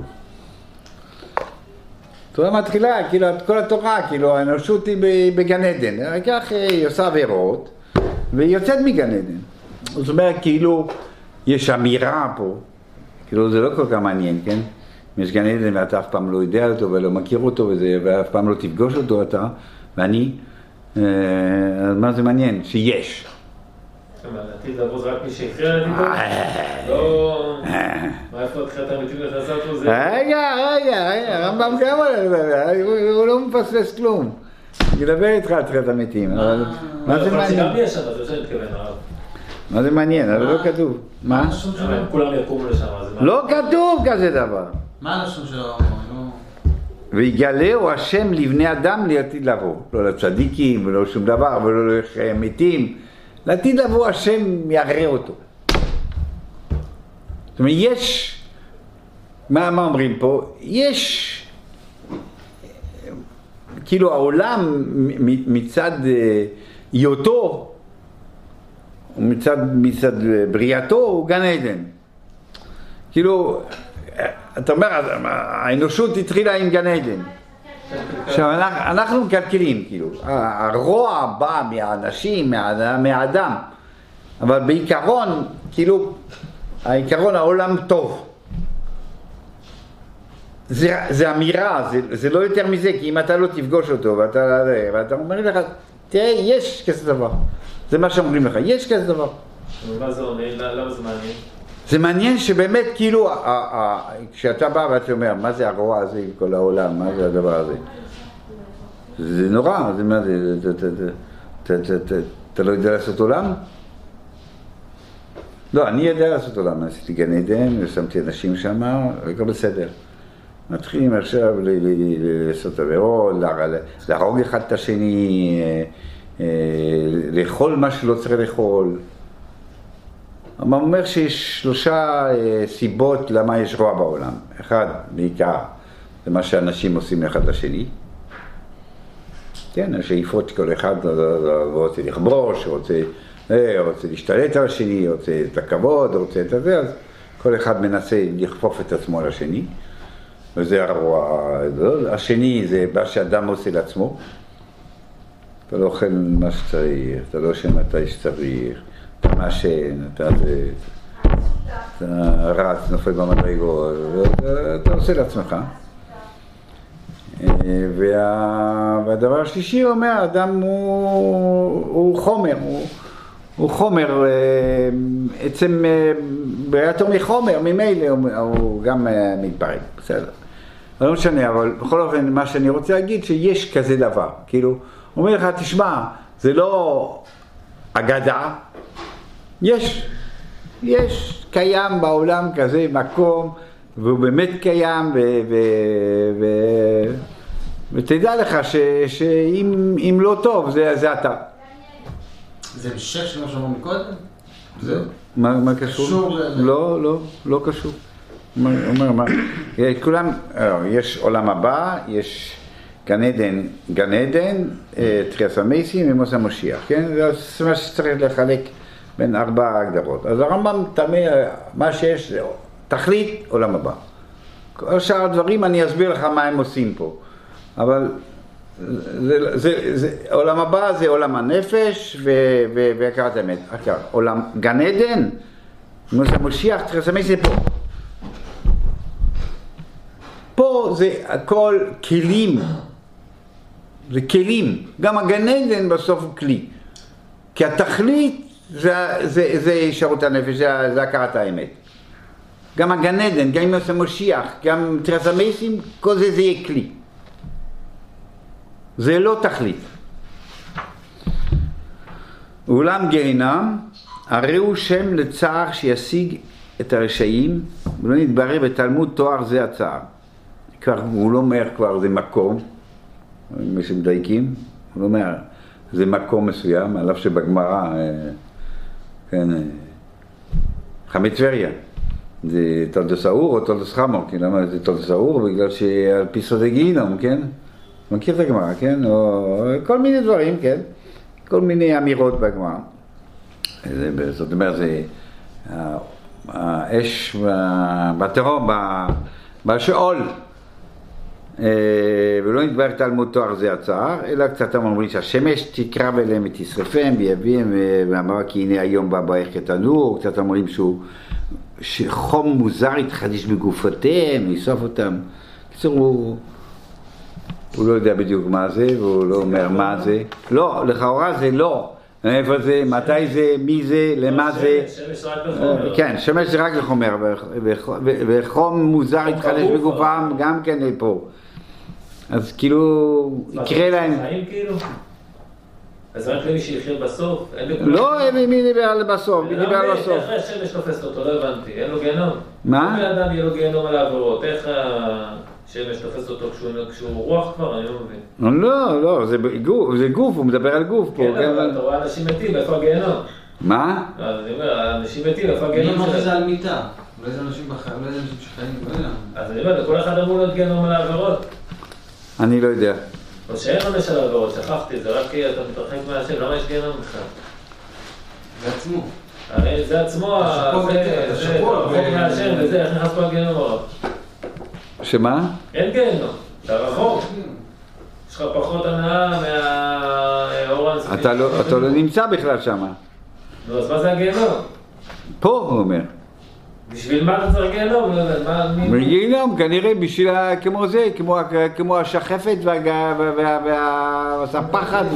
התורה מתחילה, כאילו, כל התורה, כאילו, האנושות היא בגן עדן. כך היא עושה עבירות, והיא יוצאת מגן עדן. זאת אומרת, כאילו, יש אמירה פה, כאילו, זה לא כל כך מעניין, כן? אם יש גן עדן ואתה אף פעם לא יודע אותו ולא מכיר אותו, וזה, ואף פעם לא תפגוש אותו אתה, ואני, אז מה זה מעניין? שיש. עתיד לבוא זה רק מי שהכריע לליבו? לא... מה איפה התחילת האמיתים נכנסה פה זה... רגע, רגע, רגע, הרמב"ם גם הוא לא מפספס כלום. ידבר איתך על תחילת האמיתים, אבל... מה זה מעניין? גם יש שם, זה שאני מתכוון, הרב. מה זה מעניין? אבל לא כתוב. מה? כולם יקומו לשם, לא כתוב כזה דבר. מה הלשון שלו? ויגלהו השם לבני אדם לעתיד לבוא. לא לצדיקים ולא שום דבר ולא למתים. לעתיד לבוא השם יראה אותו. זאת אומרת, יש, מה, מה אומרים פה? יש, כאילו העולם מצד היותו, מצד, מצד בריאתו הוא גן עדן. כאילו, אתה אומר, האנושות התחילה עם גן עדן. עכשיו, אנחנו, אנחנו מקלקלים, כאילו, הרוע בא מהאנשים, מהאדם, אבל בעיקרון, כאילו, העיקרון העולם טוב. זה, זה אמירה, זה, זה לא יותר מזה, כי אם אתה לא תפגוש אותו, ואתה, ואתה אומר לך, תראה, יש כזה דבר. זה מה שאומרים לך, יש כזה דבר. ומה זה עונה? למה זה מעניין? זה מעניין שבאמת, כאילו, כשאתה בא ואתה אומר, מה זה הרוע הזה עם כל העולם, מה זה הדבר הזה? זה נורא, זה מה זה, אתה לא יודע לעשות עולם? לא, אני יודע לעשות עולם, עשיתי גן עדן, ושמתי אנשים שם, הכל בסדר. מתחילים עכשיו לעשות עבירות, להרוג אחד את השני, לאכול מה שלא צריך לאכול. הרמב"ם אומר שיש שלושה סיבות למה יש רוע בעולם. אחד, בעיקר, זה מה שאנשים עושים אחד לשני. כן, השאיפות כל אחד רוצה לכבוש, רוצה, רוצה להשתלט על השני, רוצה את הכבוד, רוצה את הזה, אז כל אחד מנסה לכפוף את עצמו לשני. וזה הרוע. השני זה מה שאדם עושה לעצמו. אתה לא אוכל מה שצריך, אתה לא ישן מתי שצריך, אתה מעשן, אתה, אתה רץ, נופל במדרגות, אתה עושה לעצמך. וה, והדבר השלישי הוא אומר, האדם הוא, הוא חומר, הוא, הוא חומר, עצם בריאתו מחומר, ממילא הוא, הוא גם מתפרק, בסדר. לא משנה, אבל בכל אופן מה שאני רוצה להגיד שיש כזה דבר, כאילו, הוא אומר לך, תשמע, זה לא אגדה, יש, יש, קיים בעולם כזה מקום, והוא באמת קיים, ו, ו, ו, ותדע לך ש, שאם אם לא טוב, זה, זה אתה. זה המשך של מה שאמרנו מקודם? זה? מה, מה קשור? קשור ל... לא, לא, לא קשור. אומר, מה, כולם, יש עולם הבא, יש גן עדן, גן עדן, תחיית המתים ומות המשיח, כן? זה מה שצריך לחלק בין ארבע הגדרות. אז הרמב"ם תמה, מה שיש זה תכלית עולם הבא. כל שאר הדברים אני אסביר לך מה הם עושים פה. אבל זה, זה, זה, עולם הבא זה עולם הנפש והכרת האמת. עולם גן עדן, ומות המשיח, תחיית המתים זה פה. פה זה הכל כלים, זה כלים, גם הגן עדן בסוף הוא כלי, כי התכלית זה, זה, זה ישרות הנפש, זה, זה הכרת האמת. גם הגן עדן, גם ימות המשיח, גם תחיית המתים, כל זה זה יהיה כלי. זה לא תכלית. אולם גיהינום, הרי הוא שם לצער שישיג את הרשעים, ולא נתברר בתלמוד תואר זה הצער. כבר, הוא לא אומר כבר זה מקום, מי שמדייקים, הוא לא אומר זה מקום מסוים, עליו שבגמרא, כן, חמי טבריה, זה תולדות אור או תולדות חמור, כי למה זה תולדות אור? בגלל שעל פי סוד הגיהינום, כן? מכיר את הגמרא, כן? או כל מיני דברים, כן? כל מיני אמירות בגמרא. זאת אומרת, זה האש בתהום, בשאול, ולא נתברר תלמוד תואר זה הצער, אלא קצת אומרים שהשמש תקרב אליהם ותשרפם ויביהם, ואמר כי הנה היום בא בערך כתנור, קצת אומרים שהוא שחום מוזר יתחדש בגופותיהם, יסוף אותם. קיצור, הוא, הוא לא יודע בדיוק מה זה, והוא לא אומר מה זה. לא, לכאורה זה לא. איפה זה, מתי זה, מי זה, למה זה. שמש רק לחומר. כן, שמש זה רק לחומר, וחום מוזר יתחדש בגופם גם כן פה. אז כאילו, יקרה להם. חיים כאילו? אז רק למי שיחיה בסוף? לא, מי דיבר על בסוף, מי דיבר על בסוף. איך השמש תופסת אותו? לא הבנתי, אין לו גיהנום? מה? כל אדם יהיה לו גיהנום על העבירות, איך השמש תופסת אותו כשהוא רוח כבר? אני לא מבין. לא, לא, זה גוף, הוא מדבר על גוף פה. כן, אבל אתה רואה אנשים מתים, איפה הגיהנום? מה? אז אני אומר, אנשים מתים, איפה אני הגיהנום? אמרתי זה על מיטה, לא איזה אנשים בחיים, לא איזה אנשים שחיים, לא יודע. אז אני אומר, כל אחד אמור להיות גיהנום על העבירות. אני לא יודע. או שאין עונש על העבירות, שכחתי, זה רק כי אתה מתרחק מהשם, למה יש גיהנום בכלל? זה עצמו. הרי זה עצמו, אתה שקוע, רחוק מהשם וזה, איך נכנס פה הגיהנום הרב? שמה? אין גיהנום, אתה רחוק. יש לך פחות הנאה מהאור האינסופי. אתה לא נמצא בכלל שמה. נו, אז מה זה הגיהנום? פה הוא אומר. בשביל מה אתה צריך גיהנום? גיהנום כנראה בשביל כמו זה, כמו השחפת והפחד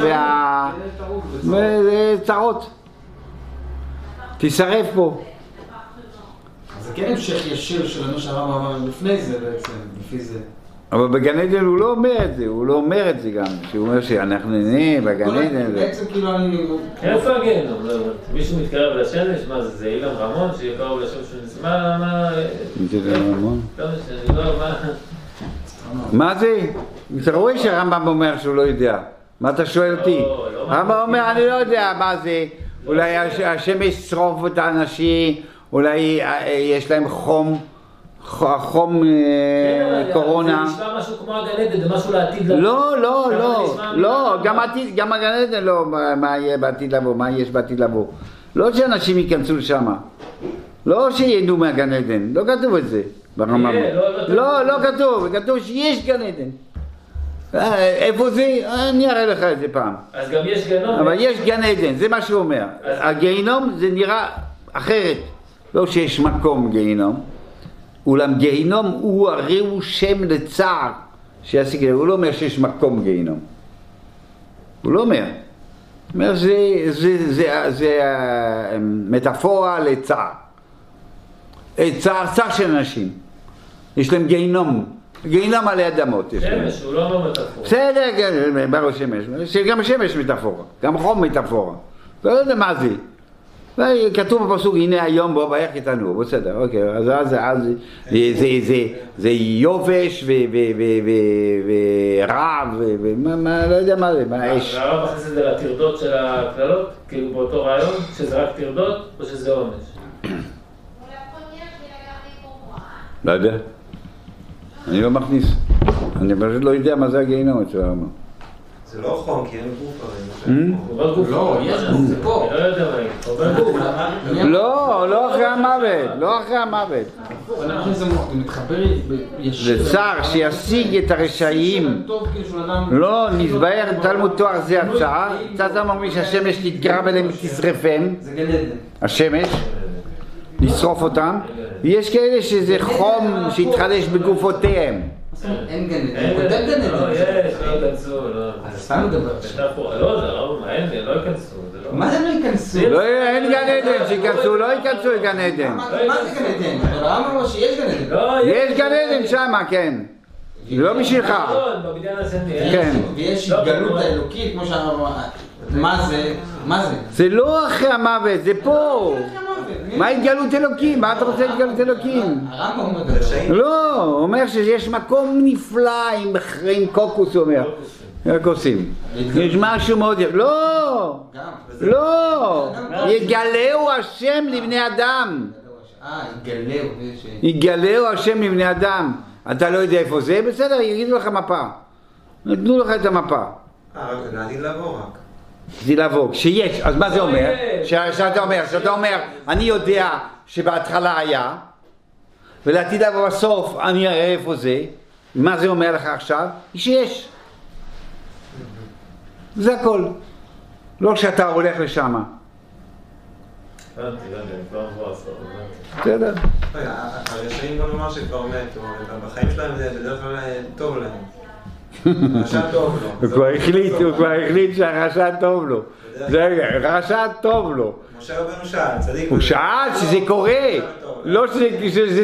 והצרות. תישרף פה. אז זה כן המשך ישיר של מה שהרמב"ם אמר לפני זה בעצם, לפי זה. אבל בגן עדן הוא לא אומר את זה, הוא לא אומר את זה גם, שהוא אומר שאנחנו נהנה בגן עדן. בעצם כאילו אני... איפה הגיהנום? מישהו מתקרב לשמש? מה זה, זה אילם רמון שיקרב לשמש? מה, מה... מי זה אילם רמון? לא משנה, לא, מה... מה זה? אתה רואה שהרמב"ם אומר שהוא לא יודע. מה אתה שואל אותי? הרמב"ם אומר אני לא יודע מה זה. אולי השמש ישרוף את האנשים, אולי יש להם חום, חום קורונה. זה נשמע משהו כמו הגן עדן, זה משהו לעתיד לבוא. לא, לא, לא, לא, גם הגן עדן לא, מה יהיה בעתיד לבוא, מה יש בעתיד לבוא. לא שאנשים ייכנסו לשם, לא שיהנו מהגן עדן, לא כתוב את זה ברמב"ם. לא, לא כתוב, כתוב שיש גן עדן. איפה זה? אני אראה לך את זה פעם. אז גם יש גיהנום. אבל יש גן עדן, זה מה שהוא אומר. הגיהנום זה נראה אחרת. לא שיש מקום גיהנום. אולם גיהנום הוא הרי הוא שם לצער. שיסיק, הוא לא אומר שיש מקום גיהנום. הוא לא אומר. הוא אומר זה, זה, זה, זה מטאפורה לצער. צער, צער של אנשים. יש להם גיהנום. גיהנום עלי אדמות. שמש, הוא לא אומר מטאפורה. בסדר, ברור שמש. גם שמש מטאפורה. גם חום מטאפורה. לא יודע מה זה. כתוב בפסוק, הנה היום בוא ביח איתנו. בסדר, אוקיי. אז אז זה יובש ורע ומה, לא יודע מה זה, מה אש. והרב מכניס את זה לטרדות של הכללות? כאילו באותו רעיון? שזה רק טרדות או שזה עונש? לא יודע. אני לא מכניס. אני פשוט לא יודע מה זה הגיהנום אצל הרמב"ם. זה לא חום, כי אין גוף הרי. הוא גוף. לא, יש גוף, זה פה. אני לא יודע מה היא. לא, לא אחרי המוות. לא אחרי המוות. אני חושב שזה מתחבר ישיר. זה צער שישיג את הרשעים. לא, נתבהר תלמוד תואר זה הצעה. קצת אמר שהשמש תתקרב אליהם ותשרפם. זה גן עדן. השמש. לשרוף אותם. ויש כאלה שזה חום שהתחדש בגופותיהם. אין גן עדן. אין גן עדן. לא, יש, לא ייכנסו. אז סתם מדבר. לא, זה לא, אין, לא ייכנסו. מה זה לא ייכנסו? לא, אין גן עדן, שיכנסו, לא ייכנסו לגן עדן. מה זה גן עדן? הרב אמר שיש גן עדן. יש גן עדן שמה, כן. לא בשבילך. כן. ויש התגלות האלוקית, כמו שהרב אמר. מה זה? מה זה? זה לא אחרי המוות, זה פה. מה התגלות אלוקים? מה אתה רוצה התגלות אלוקים? הרמב"ם אומר דבר. לא, הוא אומר שיש מקום נפלא עם קוקוס, הוא אומר. קוקוסים. יש משהו מאוד יפה. לא! לא! יגלהו השם לבני אדם. אה, יגלהו. יגלהו השם לבני אדם. אתה לא יודע איפה זה? בסדר, יגידו לך מפה. נתנו לך את המפה. אה, רק לעתיד לבוא רק. זה לבוא, כשיש, אז מה זה אומר? שאתה אומר, שאתה אומר, אני יודע שבהתחלה היה, ולעתיד לבוא בסוף אני אראה איפה זה, מה זה אומר לך עכשיו? שיש. זה הכל. לא כשאתה הולך לשם. הבנתי, הבנתי, אני כבר מבוא עשור, הבנתי. בסדר. הרשעים גם לומר שכבר מתו, בחיים שלהם זה בדרך כלל טוב להם. רשע טוב לו. הוא כבר החליט, הוא כבר החליט שהרשע טוב לו. זה רשע טוב לו. משה רבנו שאל, צדיק. הוא שאל שזה קורה. לא שזה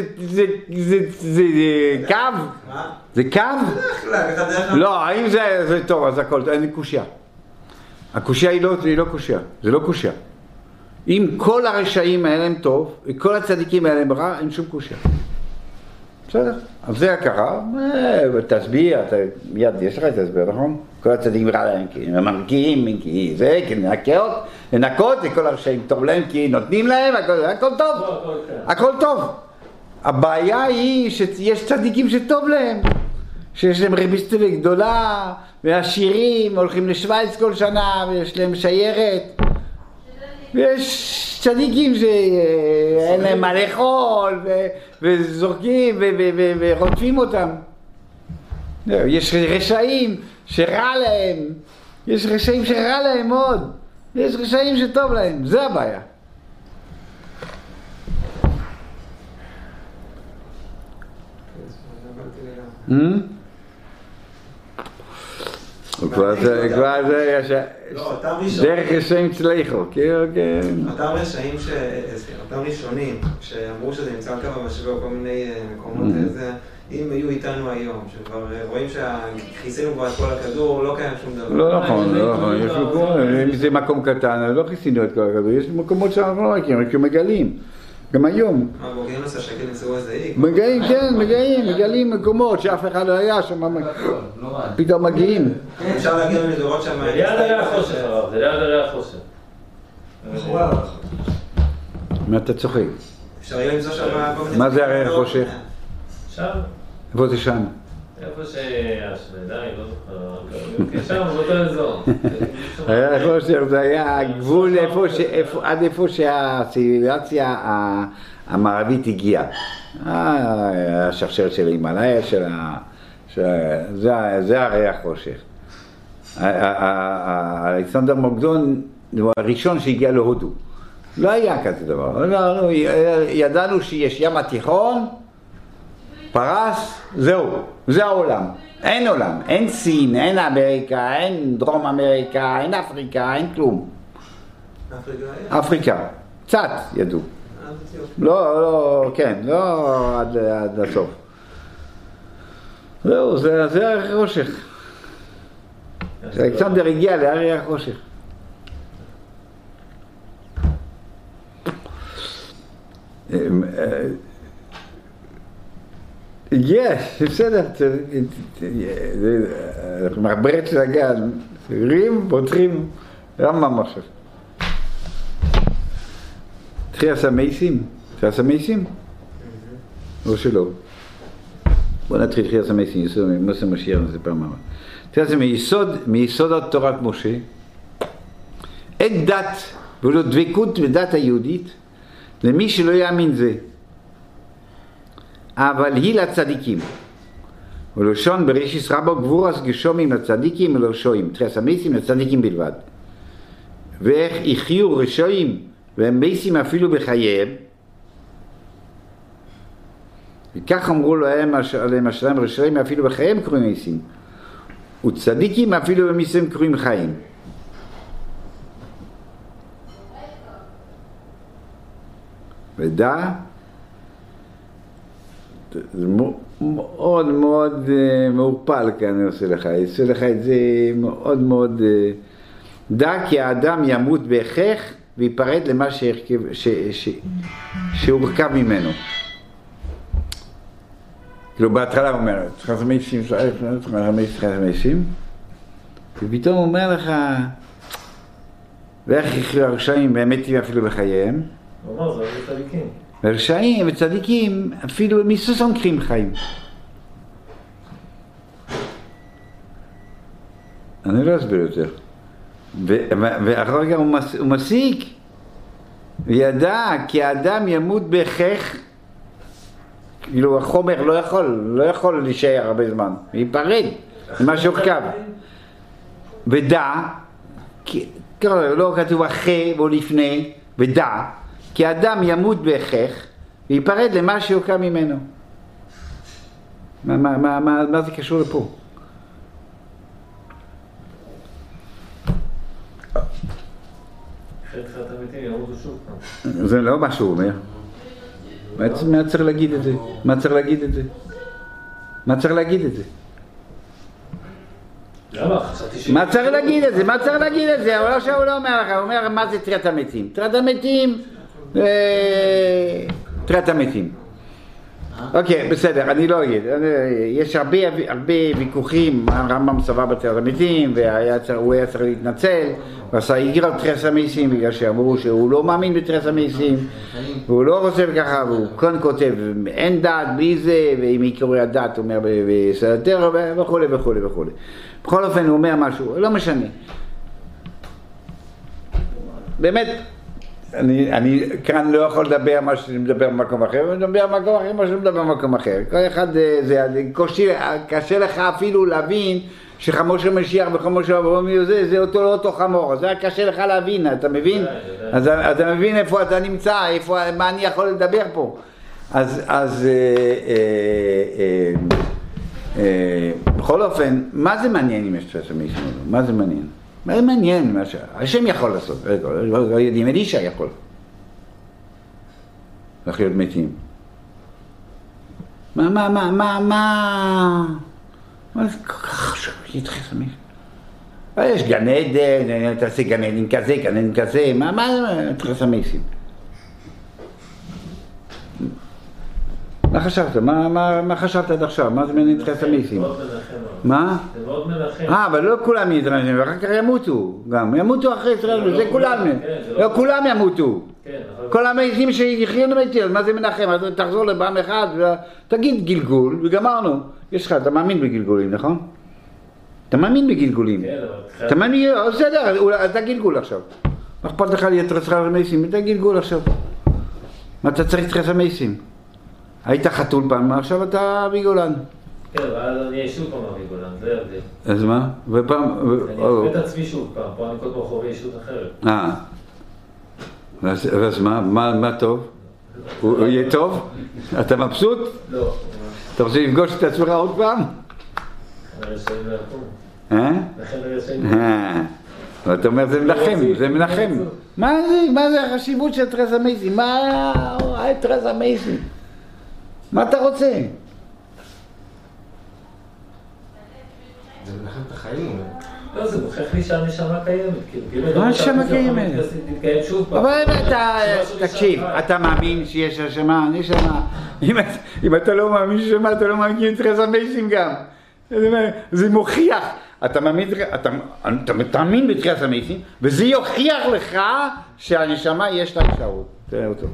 קו. מה? זה קו? בדרך לא, האם זה טוב, אז הכל, אין קושיה. הקושיה היא לא קושיה, זה לא קושיה. אם כל הרשעים האלה הם טוב, וכל הצדיקים האלה הם רע, אין שום קושיה. בסדר, אז זה הקרה, תסביר, מיד יש לך את הסבר, נכון? כל הצדיקים רע להם, כי הם מרגיעים, כי זה, כי לנקות, לנקות, וכל הרשעים טוב להם, כי נותנים להם, הכל טוב, הכל טוב. הבעיה היא שיש צדיקים שטוב להם, שיש להם רביסטולה גדולה, ועשירים, הולכים לשוויץ כל שנה, ויש להם שיירת, ויש צדיקים שאין להם מה לאכול, וזורקים ורודפים אותם. יש רשעים שרע להם, יש רשעים שרע להם מאוד, ויש רשעים שטוב להם, זה הבעיה. כבר זה, כבר זה, דרך רשעים צליחו, כאילו, כן. אותם רשעים, אותם ראשונים, שאמרו שזה נמצא כמה במשבר כל מיני מקומות איזה, אם היו איתנו היום, שכבר רואים שכיסינו כבר את כל הכדור, לא קיים שום דבר. לא נכון, לא נכון, יש מקום, אם זה מקום קטן, לא כיסינו את כל הכדור, יש מקומות שאנחנו לא מכירים, רק מגלים. גם היום. מה, בוגעים עושה שקל נמצאו איזה אי? מגעים, כן, מגעים, מגלים מקומות שאף אחד לא היה שם, פתאום מגיעים. אפשר להגיע ממדורות שם... זה ליד הרי החושך, הרב, זה ליד הרי החושך. מה אתה צוחק? אפשר יהיה למצוא שם... מה זה הרי החושך? שם? איפה זה שם? איפה שהשמדה, היא לא זוכר, שם, באותו אזור. הרי החושך זה היה הגבול עד איפה שהציוויליזציה המערבית הגיעה. השרשרת של הימלאיה, זה הרי החושך. אלכסנדר מוקדון הוא הראשון שהגיע להודו. לא היה כזה דבר. ידענו שיש ים התיכון, פרס, זהו, זה העולם. אין עולם, אין סין, אין אמריקה, אין דרום אמריקה, אין אפריקה, אין כלום. אפריקה? אפריקה, קצת ידעו. לא, לא, כן, לא עד, עד הסוף. זהו, זה, זה הרי החושך. אלכסנדר הגיע להרי החושך. יש, בסדר, מעברת של הגל, סגרים, פותחים, רמב"ם עכשיו. תחיית המייסים, תחיית המייסים? או שלא. בוא נתחיל תחיית המייסים, מוסר משיח, זה פעם הבאה. תחיית זה מיסוד תורת משה, אין דת ולא דבקות בדת היהודית, למי שלא יאמין זה. אבל היא לצדיקים. ולשון בראשיס רבו גבורס גשומים לצדיקים ולרשועים, תחיית המייסים לצדיקים בלבד. ואיך יחיו רשועים והם מייסים אפילו בחייהם, וכך אמרו להם עליהם השלם רשעים אפילו בחייהם קוראים מייסים, וצדיקים אפילו במייסים קוראים חיים. ודע, זה מאוד מאוד מעורפל כאן אני עושה לך, אני עושה לך את זה מאוד מאוד, דע כי האדם ימות בהכרח ויפרד למה שהרכב, ש, ש, שהורכב ממנו. כאילו בהתחלה הוא אומר, תחיית המייסים, תחיית המייסים, ופתאום הוא אומר לך, ואיך יחיו הרשעים באמת אפילו בחייהם. הוא אומר, זה צדיקים. ורשעים וצדיקים אפילו מסוסם קרים חיים. אני לא אסביר יותר. ואחר כך הוא מסיק וידע כי האדם ימות בהכרח, כאילו החומר לא יכול, לא יכול להישאר הרבה זמן, ייפרד ממה שהורכב. ודע, לא כתוב אחרי או לפני, ודע כי האדם ימות בהכרח וייפרד למה שהורכב ממנו. מה, מה, מה, מה, מה זה קשור לפה? זה לא מה שהוא אומר. מה צריך להגיד את זה? מה צריך להגיד את זה? מה צריך להגיד את זה? מה צריך להגיד את זה? מה צריך להגיד את זה? אבל הוא לא אומר לך, הוא אומר מה זה תחיית המתים? תחיית המתים, תחיית המתים. אוקיי, בסדר, אני לא אגיד. יש הרבה ויכוחים, הרמב"ם סבר בתחיית המתים, והוא היה צריך להתנצל, ועשה איגר על תחיית המתים, בגלל שאמרו שהוא לא מאמין בתחיית המתים, והוא לא רוצה ככה, והוא כאן כותב, אין דת בלי זה, ואם יקראו הדת, הוא אומר בסדר, וכו' וכו' וכו'. בכל אופן הוא אומר משהו, לא משנה. באמת, אני, אני כאן לא יכול לדבר מה שאני מדבר במקום אחר, אני מדבר במקום אחר מה שאני מדבר במקום אחר. כל אחד זה, קושי, קשה לך אפילו להבין שחמור של משיח וחמור של אברהם זה, זה אותו לא אותו חמור, זה קשה לך להבין, אתה מבין? אז אתה מבין איפה אתה נמצא, איפה, מה אני יכול לדבר פה. אז, אז, אה, אה, אה, בכל אופן, מה זה מעניין אם יש תחיית המתים? מה זה מעניין? מה זה מעניין? השם יכול לעשות, יודעים, אלישע יכול לחיות מתים. מה, מה, מה, מה, מה, מה זה כל כך חשוב, תחיית המתים? יש גן עדן, תעשה גן עדן כזה, גן עדן כזה, מה, מה, תחיית המתים? מה חשבת? מה, מה, מה חשבת עד עכשיו? מה זה מעניין תחיית המתים? זה מאוד מנחם. מה? זה מאוד מנחם. אה, אבל לא כולם יתרחם, ואחר כך ימותו גם. ימותו אחרי ישראל, זה כולם. לא כולם ימותו. כל המתים שיחיו למתים, אז מה זה מנחם? אז תחזור לבעם אחד ותגיד גלגול, וגמרנו. יש לך, אתה מאמין בגלגולים, נכון? אתה מאמין בגלגולים. כן, אבל... אתה מאמין, בסדר, אתה גלגול עכשיו. מה אכפת לך להתרצח על המתים? אתה גלגול עכשיו. מה אתה צריך להתרצח על המתים? היית חתול פעם, עכשיו אתה בגולן. כן, אבל אני אהיה שוב פעם בגולן, זה ההבדל. אז מה? ופעם... אני אקרא את עצמי שוב פעם, פה אני קודם חווה ישות אחרת. אה. אז מה? מה טוב? הוא יהיה טוב? אתה מבסוט? לא. אתה רוצה לפגוש את עצמך עוד פעם? הרשעים לא יקום. אה? לכן הרשעים. אה. ואתה אומר זה מנחם, זה מנחם. מה זה? מה זה החשיבות של תרס המייסים? מה תרס המייסים? מה אתה רוצה? זה מנחם את החיים, הוא אומר. לא, זה מוכיח לי שהנשמה קיימת. מה הנשמה קיימת? תתקיים שוב פעם. אבל אתה, תקשיב, אתה מאמין שיש נשמה, נשמה. אם אתה לא מאמין שנשמה, אתה לא מאמין תרס המייסים גם. זה מוכיח. אתה מאמין, אתה תאמין בתרס המייסים, וזה יוכיח לך שהנשמה יש לה אפשרות. תראה אותו.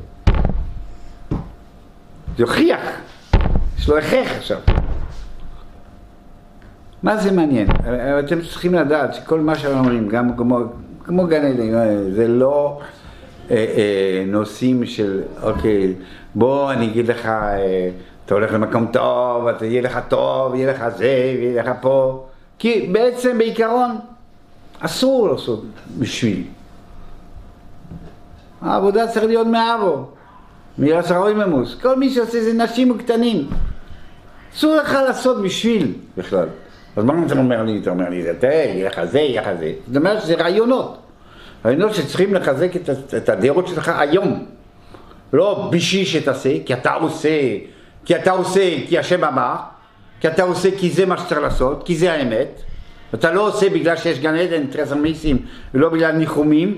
זה יוכיח. יש לו הכרח עכשיו. מה זה מעניין? אתם צריכים לדעת שכל מה שאנחנו אומרים, גם כמו, כמו גן עדן, זה לא אה, אה, נושאים של, אוקיי, בוא אני אגיד לך, אה, אתה הולך למקום טוב, אתה יהיה לך טוב, יהיה לך זה, יהיה לך פה. כי בעצם בעיקרון אסור לעשות בשביל. העבודה צריך להיות מאבו. מירס הרוי ממוס. כל מי שעושה זה נשים וקטנים. אסור לך לעשות בשביל בכלל. אז מה אתה אומר לי? אתה אומר לי, זה תהיה, יהיה לך זה, יהיה לך זה. זאת אומרת שזה רעיונות. רעיונות שצריכים לחזק את, את הדעות שלך היום. לא בשביל שתעשה, כי אתה עושה, כי אתה עושה, כי השם אמר, כי אתה עושה כי זה מה שצריך לעשות, כי זה האמת. אתה לא עושה בגלל שיש גן עדן, תרס המייסים, ולא בגלל ניחומים.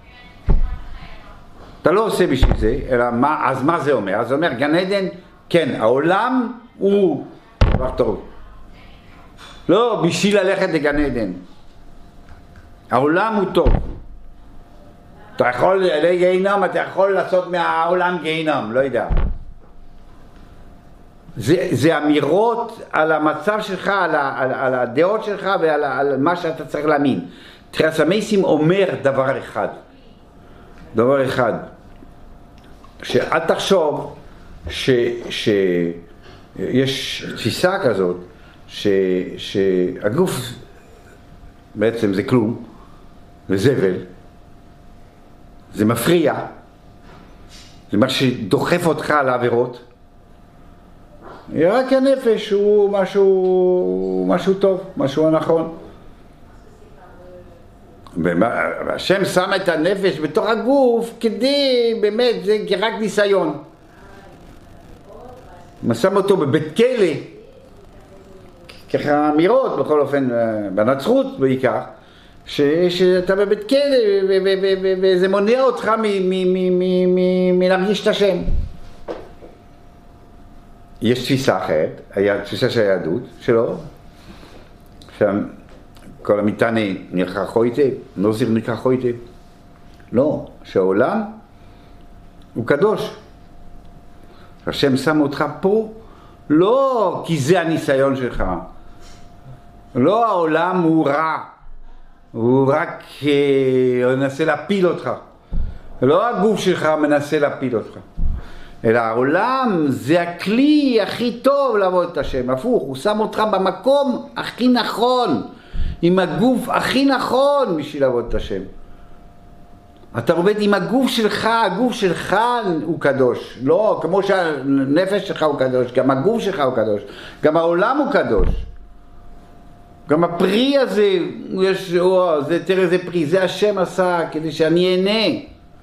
אתה לא עושה בשביל זה, אלא מה, אז מה זה אומר? אז זה אומר, גן עדן, כן, העולם הוא דבר טוב. לא בשביל ללכת לגן עדן. העולם הוא טוב. אתה יכול לגיהינום, אתה יכול לעשות מהעולם גיהינום, לא יודע. זה, זה אמירות על המצב שלך, על, ה, על, על הדעות שלך ועל על מה שאתה צריך להאמין. תרס המייסים אומר דבר אחד. דבר אחד. שאל תחשוב ש, שיש תפיסה כזאת, ש, שהגוף בעצם זה כלום, זה זבל, זה מפריע, זה מה שדוחף אותך לעבירות. רק הנפש הוא משהו, משהו טוב, משהו נכון. והשם שם את הנפש בתוך הגוף כדי, באמת, זה רק ניסיון. הוא שם אותו בבית כלא, ככה אמירות, בכל אופן, בנצרות בעיקר, שאתה בבית כלא וזה מונע אותך מלהרגיש את השם. יש תפיסה אחרת, היה תפיסה של היהדות שלו, שם כל המטענה נרחחו היטב, נוזיר נרחחו היטב. לא, שהעולם הוא קדוש. השם שם אותך פה, לא כי זה הניסיון שלך. לא העולם הוא רע, הוא רק מנסה להפיל אותך. לא הגוף שלך מנסה להפיל אותך. אלא העולם זה הכלי הכי טוב לעבוד את השם, הפוך, הוא שם אותך במקום הכי נכון, עם הגוף הכי נכון בשביל לעבוד את השם. אתה עובד עם הגוף שלך, הגוף שלך הוא קדוש, לא כמו שהנפש שלך הוא קדוש, גם הגוף שלך הוא קדוש, גם העולם הוא קדוש. גם הפרי הזה, יש, או, זה, תראה איזה פרי, זה השם עשה כדי שאני אהנה.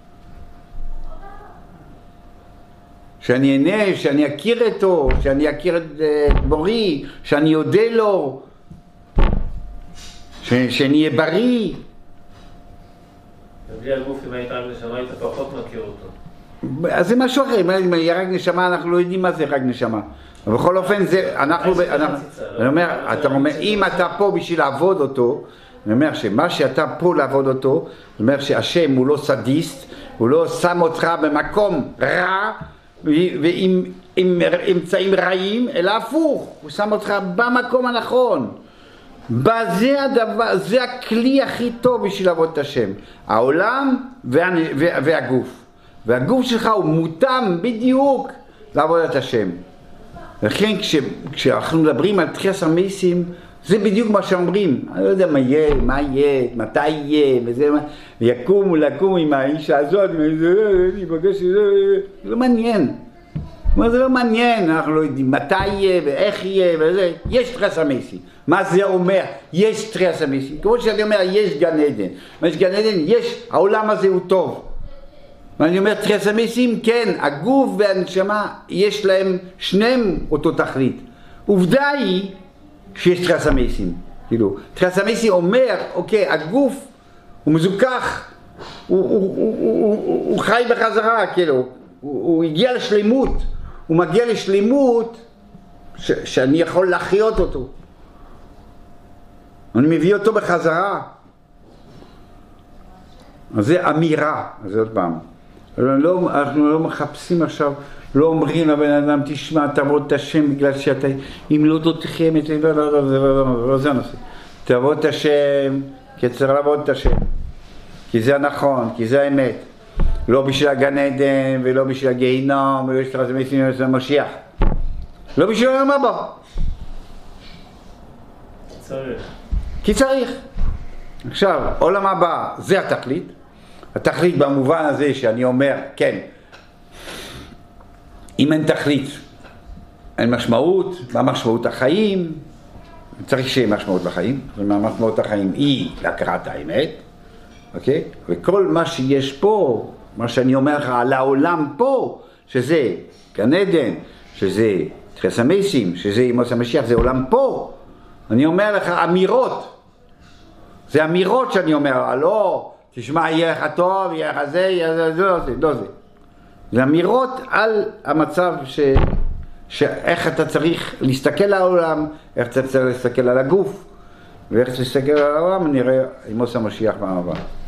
שאני אהנה, שאני אכיר אותו, שאני אכיר את בורי, שאני יודע לו, ש, שאני אהיה בריא. בלי הגוף, אם היית עם נשמה, היית פחות מכיר אותו. אז זה משהו אחר, אם יהיה רק נשמה, אנחנו לא יודעים מה זה רק נשמה. אבל בכל אופן, זה, אנחנו, אני אומר, אתה אומר, אם אתה פה בשביל לעבוד אותו, אני אומר שמה שאתה פה לעבוד אותו, אני אומר שהשם הוא לא סדיסט, הוא לא שם אותך במקום רע, ועם עם אמצעים רעים, אלא הפוך, הוא שם אותך במקום הנכון. זה הדבר, זה הכלי הכי טוב בשביל לעבוד את השם, העולם וה, וה, והגוף. והגוף שלך הוא מותאם בדיוק לעבוד את השם. לכן כש, כשאנחנו מדברים על תחיית המתים, זה בדיוק מה שאומרים. אני לא יודע מה יהיה, מה יהיה, מתי יהיה, וזה מה, יקום ולקום עם האישה הזאת, זה לא מעניין. זה לא מעניין, אנחנו לא יודעים מתי יהיה ואיך יהיה וזה. יש תחיית המתים. מה זה אומר? יש תחיית המתים. כמו שאני אומר, יש גן עדן. יש גן עדן, יש, העולם הזה הוא טוב. ואני אומר, תחיית המתים, כן, הגוף והנשמה, יש להם שניהם אותו תכלית. עובדה היא שיש תחיית המתים. כאילו, תחיית המתים אומר, אוקיי, הגוף הוא מזוכח, הוא, הוא, הוא, הוא, הוא, הוא חי בחזרה, כאילו, הוא, הוא הגיע לשלימות, הוא מגיע לשלימות ש, שאני יכול להחיות אותו. אני מביא אותו בחזרה. אז זה אמירה, אז עוד פעם. לא, אנחנו לא מחפשים עכשיו, לא אומרים לבן אדם, תשמע, תעבוד את השם בגלל שאתה, אם לא תחיה, לא, לא, לא, לא, לא, לא, זה הנושא. תעבוד את השם, כי צריך לעבוד את השם. כי זה הנכון, כי זה האמת. לא בשביל הגן עדן, ולא בשביל הגיהינום, ולא בשביל המתים של המשיח. לא בשביל היום הבא. צריך. כי צריך. עכשיו, עולם הבא, זה התכלית. התכלית במובן הזה שאני אומר, כן, אם אין תכלית, אין משמעות, מה משמעות החיים? צריך שיהיה משמעות לחיים, ומה משמעות החיים היא להכרת האמת, אוקיי? וכל מה שיש פה, מה שאני אומר לך על העולם פה, שזה גן עדן, שזה תחיית המתים, שזה ימות המשיח, זה עולם פה. אני אומר לך אמירות, זה אמירות שאני אומר, לא, תשמע, יהיה לך טוב, יהיה לך זה, יהיה זה, לא זה, לא זה. זה אמירות על המצב ש... שאיך אתה צריך להסתכל על העולם, איך אתה צריך להסתכל על הגוף, ואיך אתה להסתכל על העולם, נראה ימות המשיח פעם הבאה.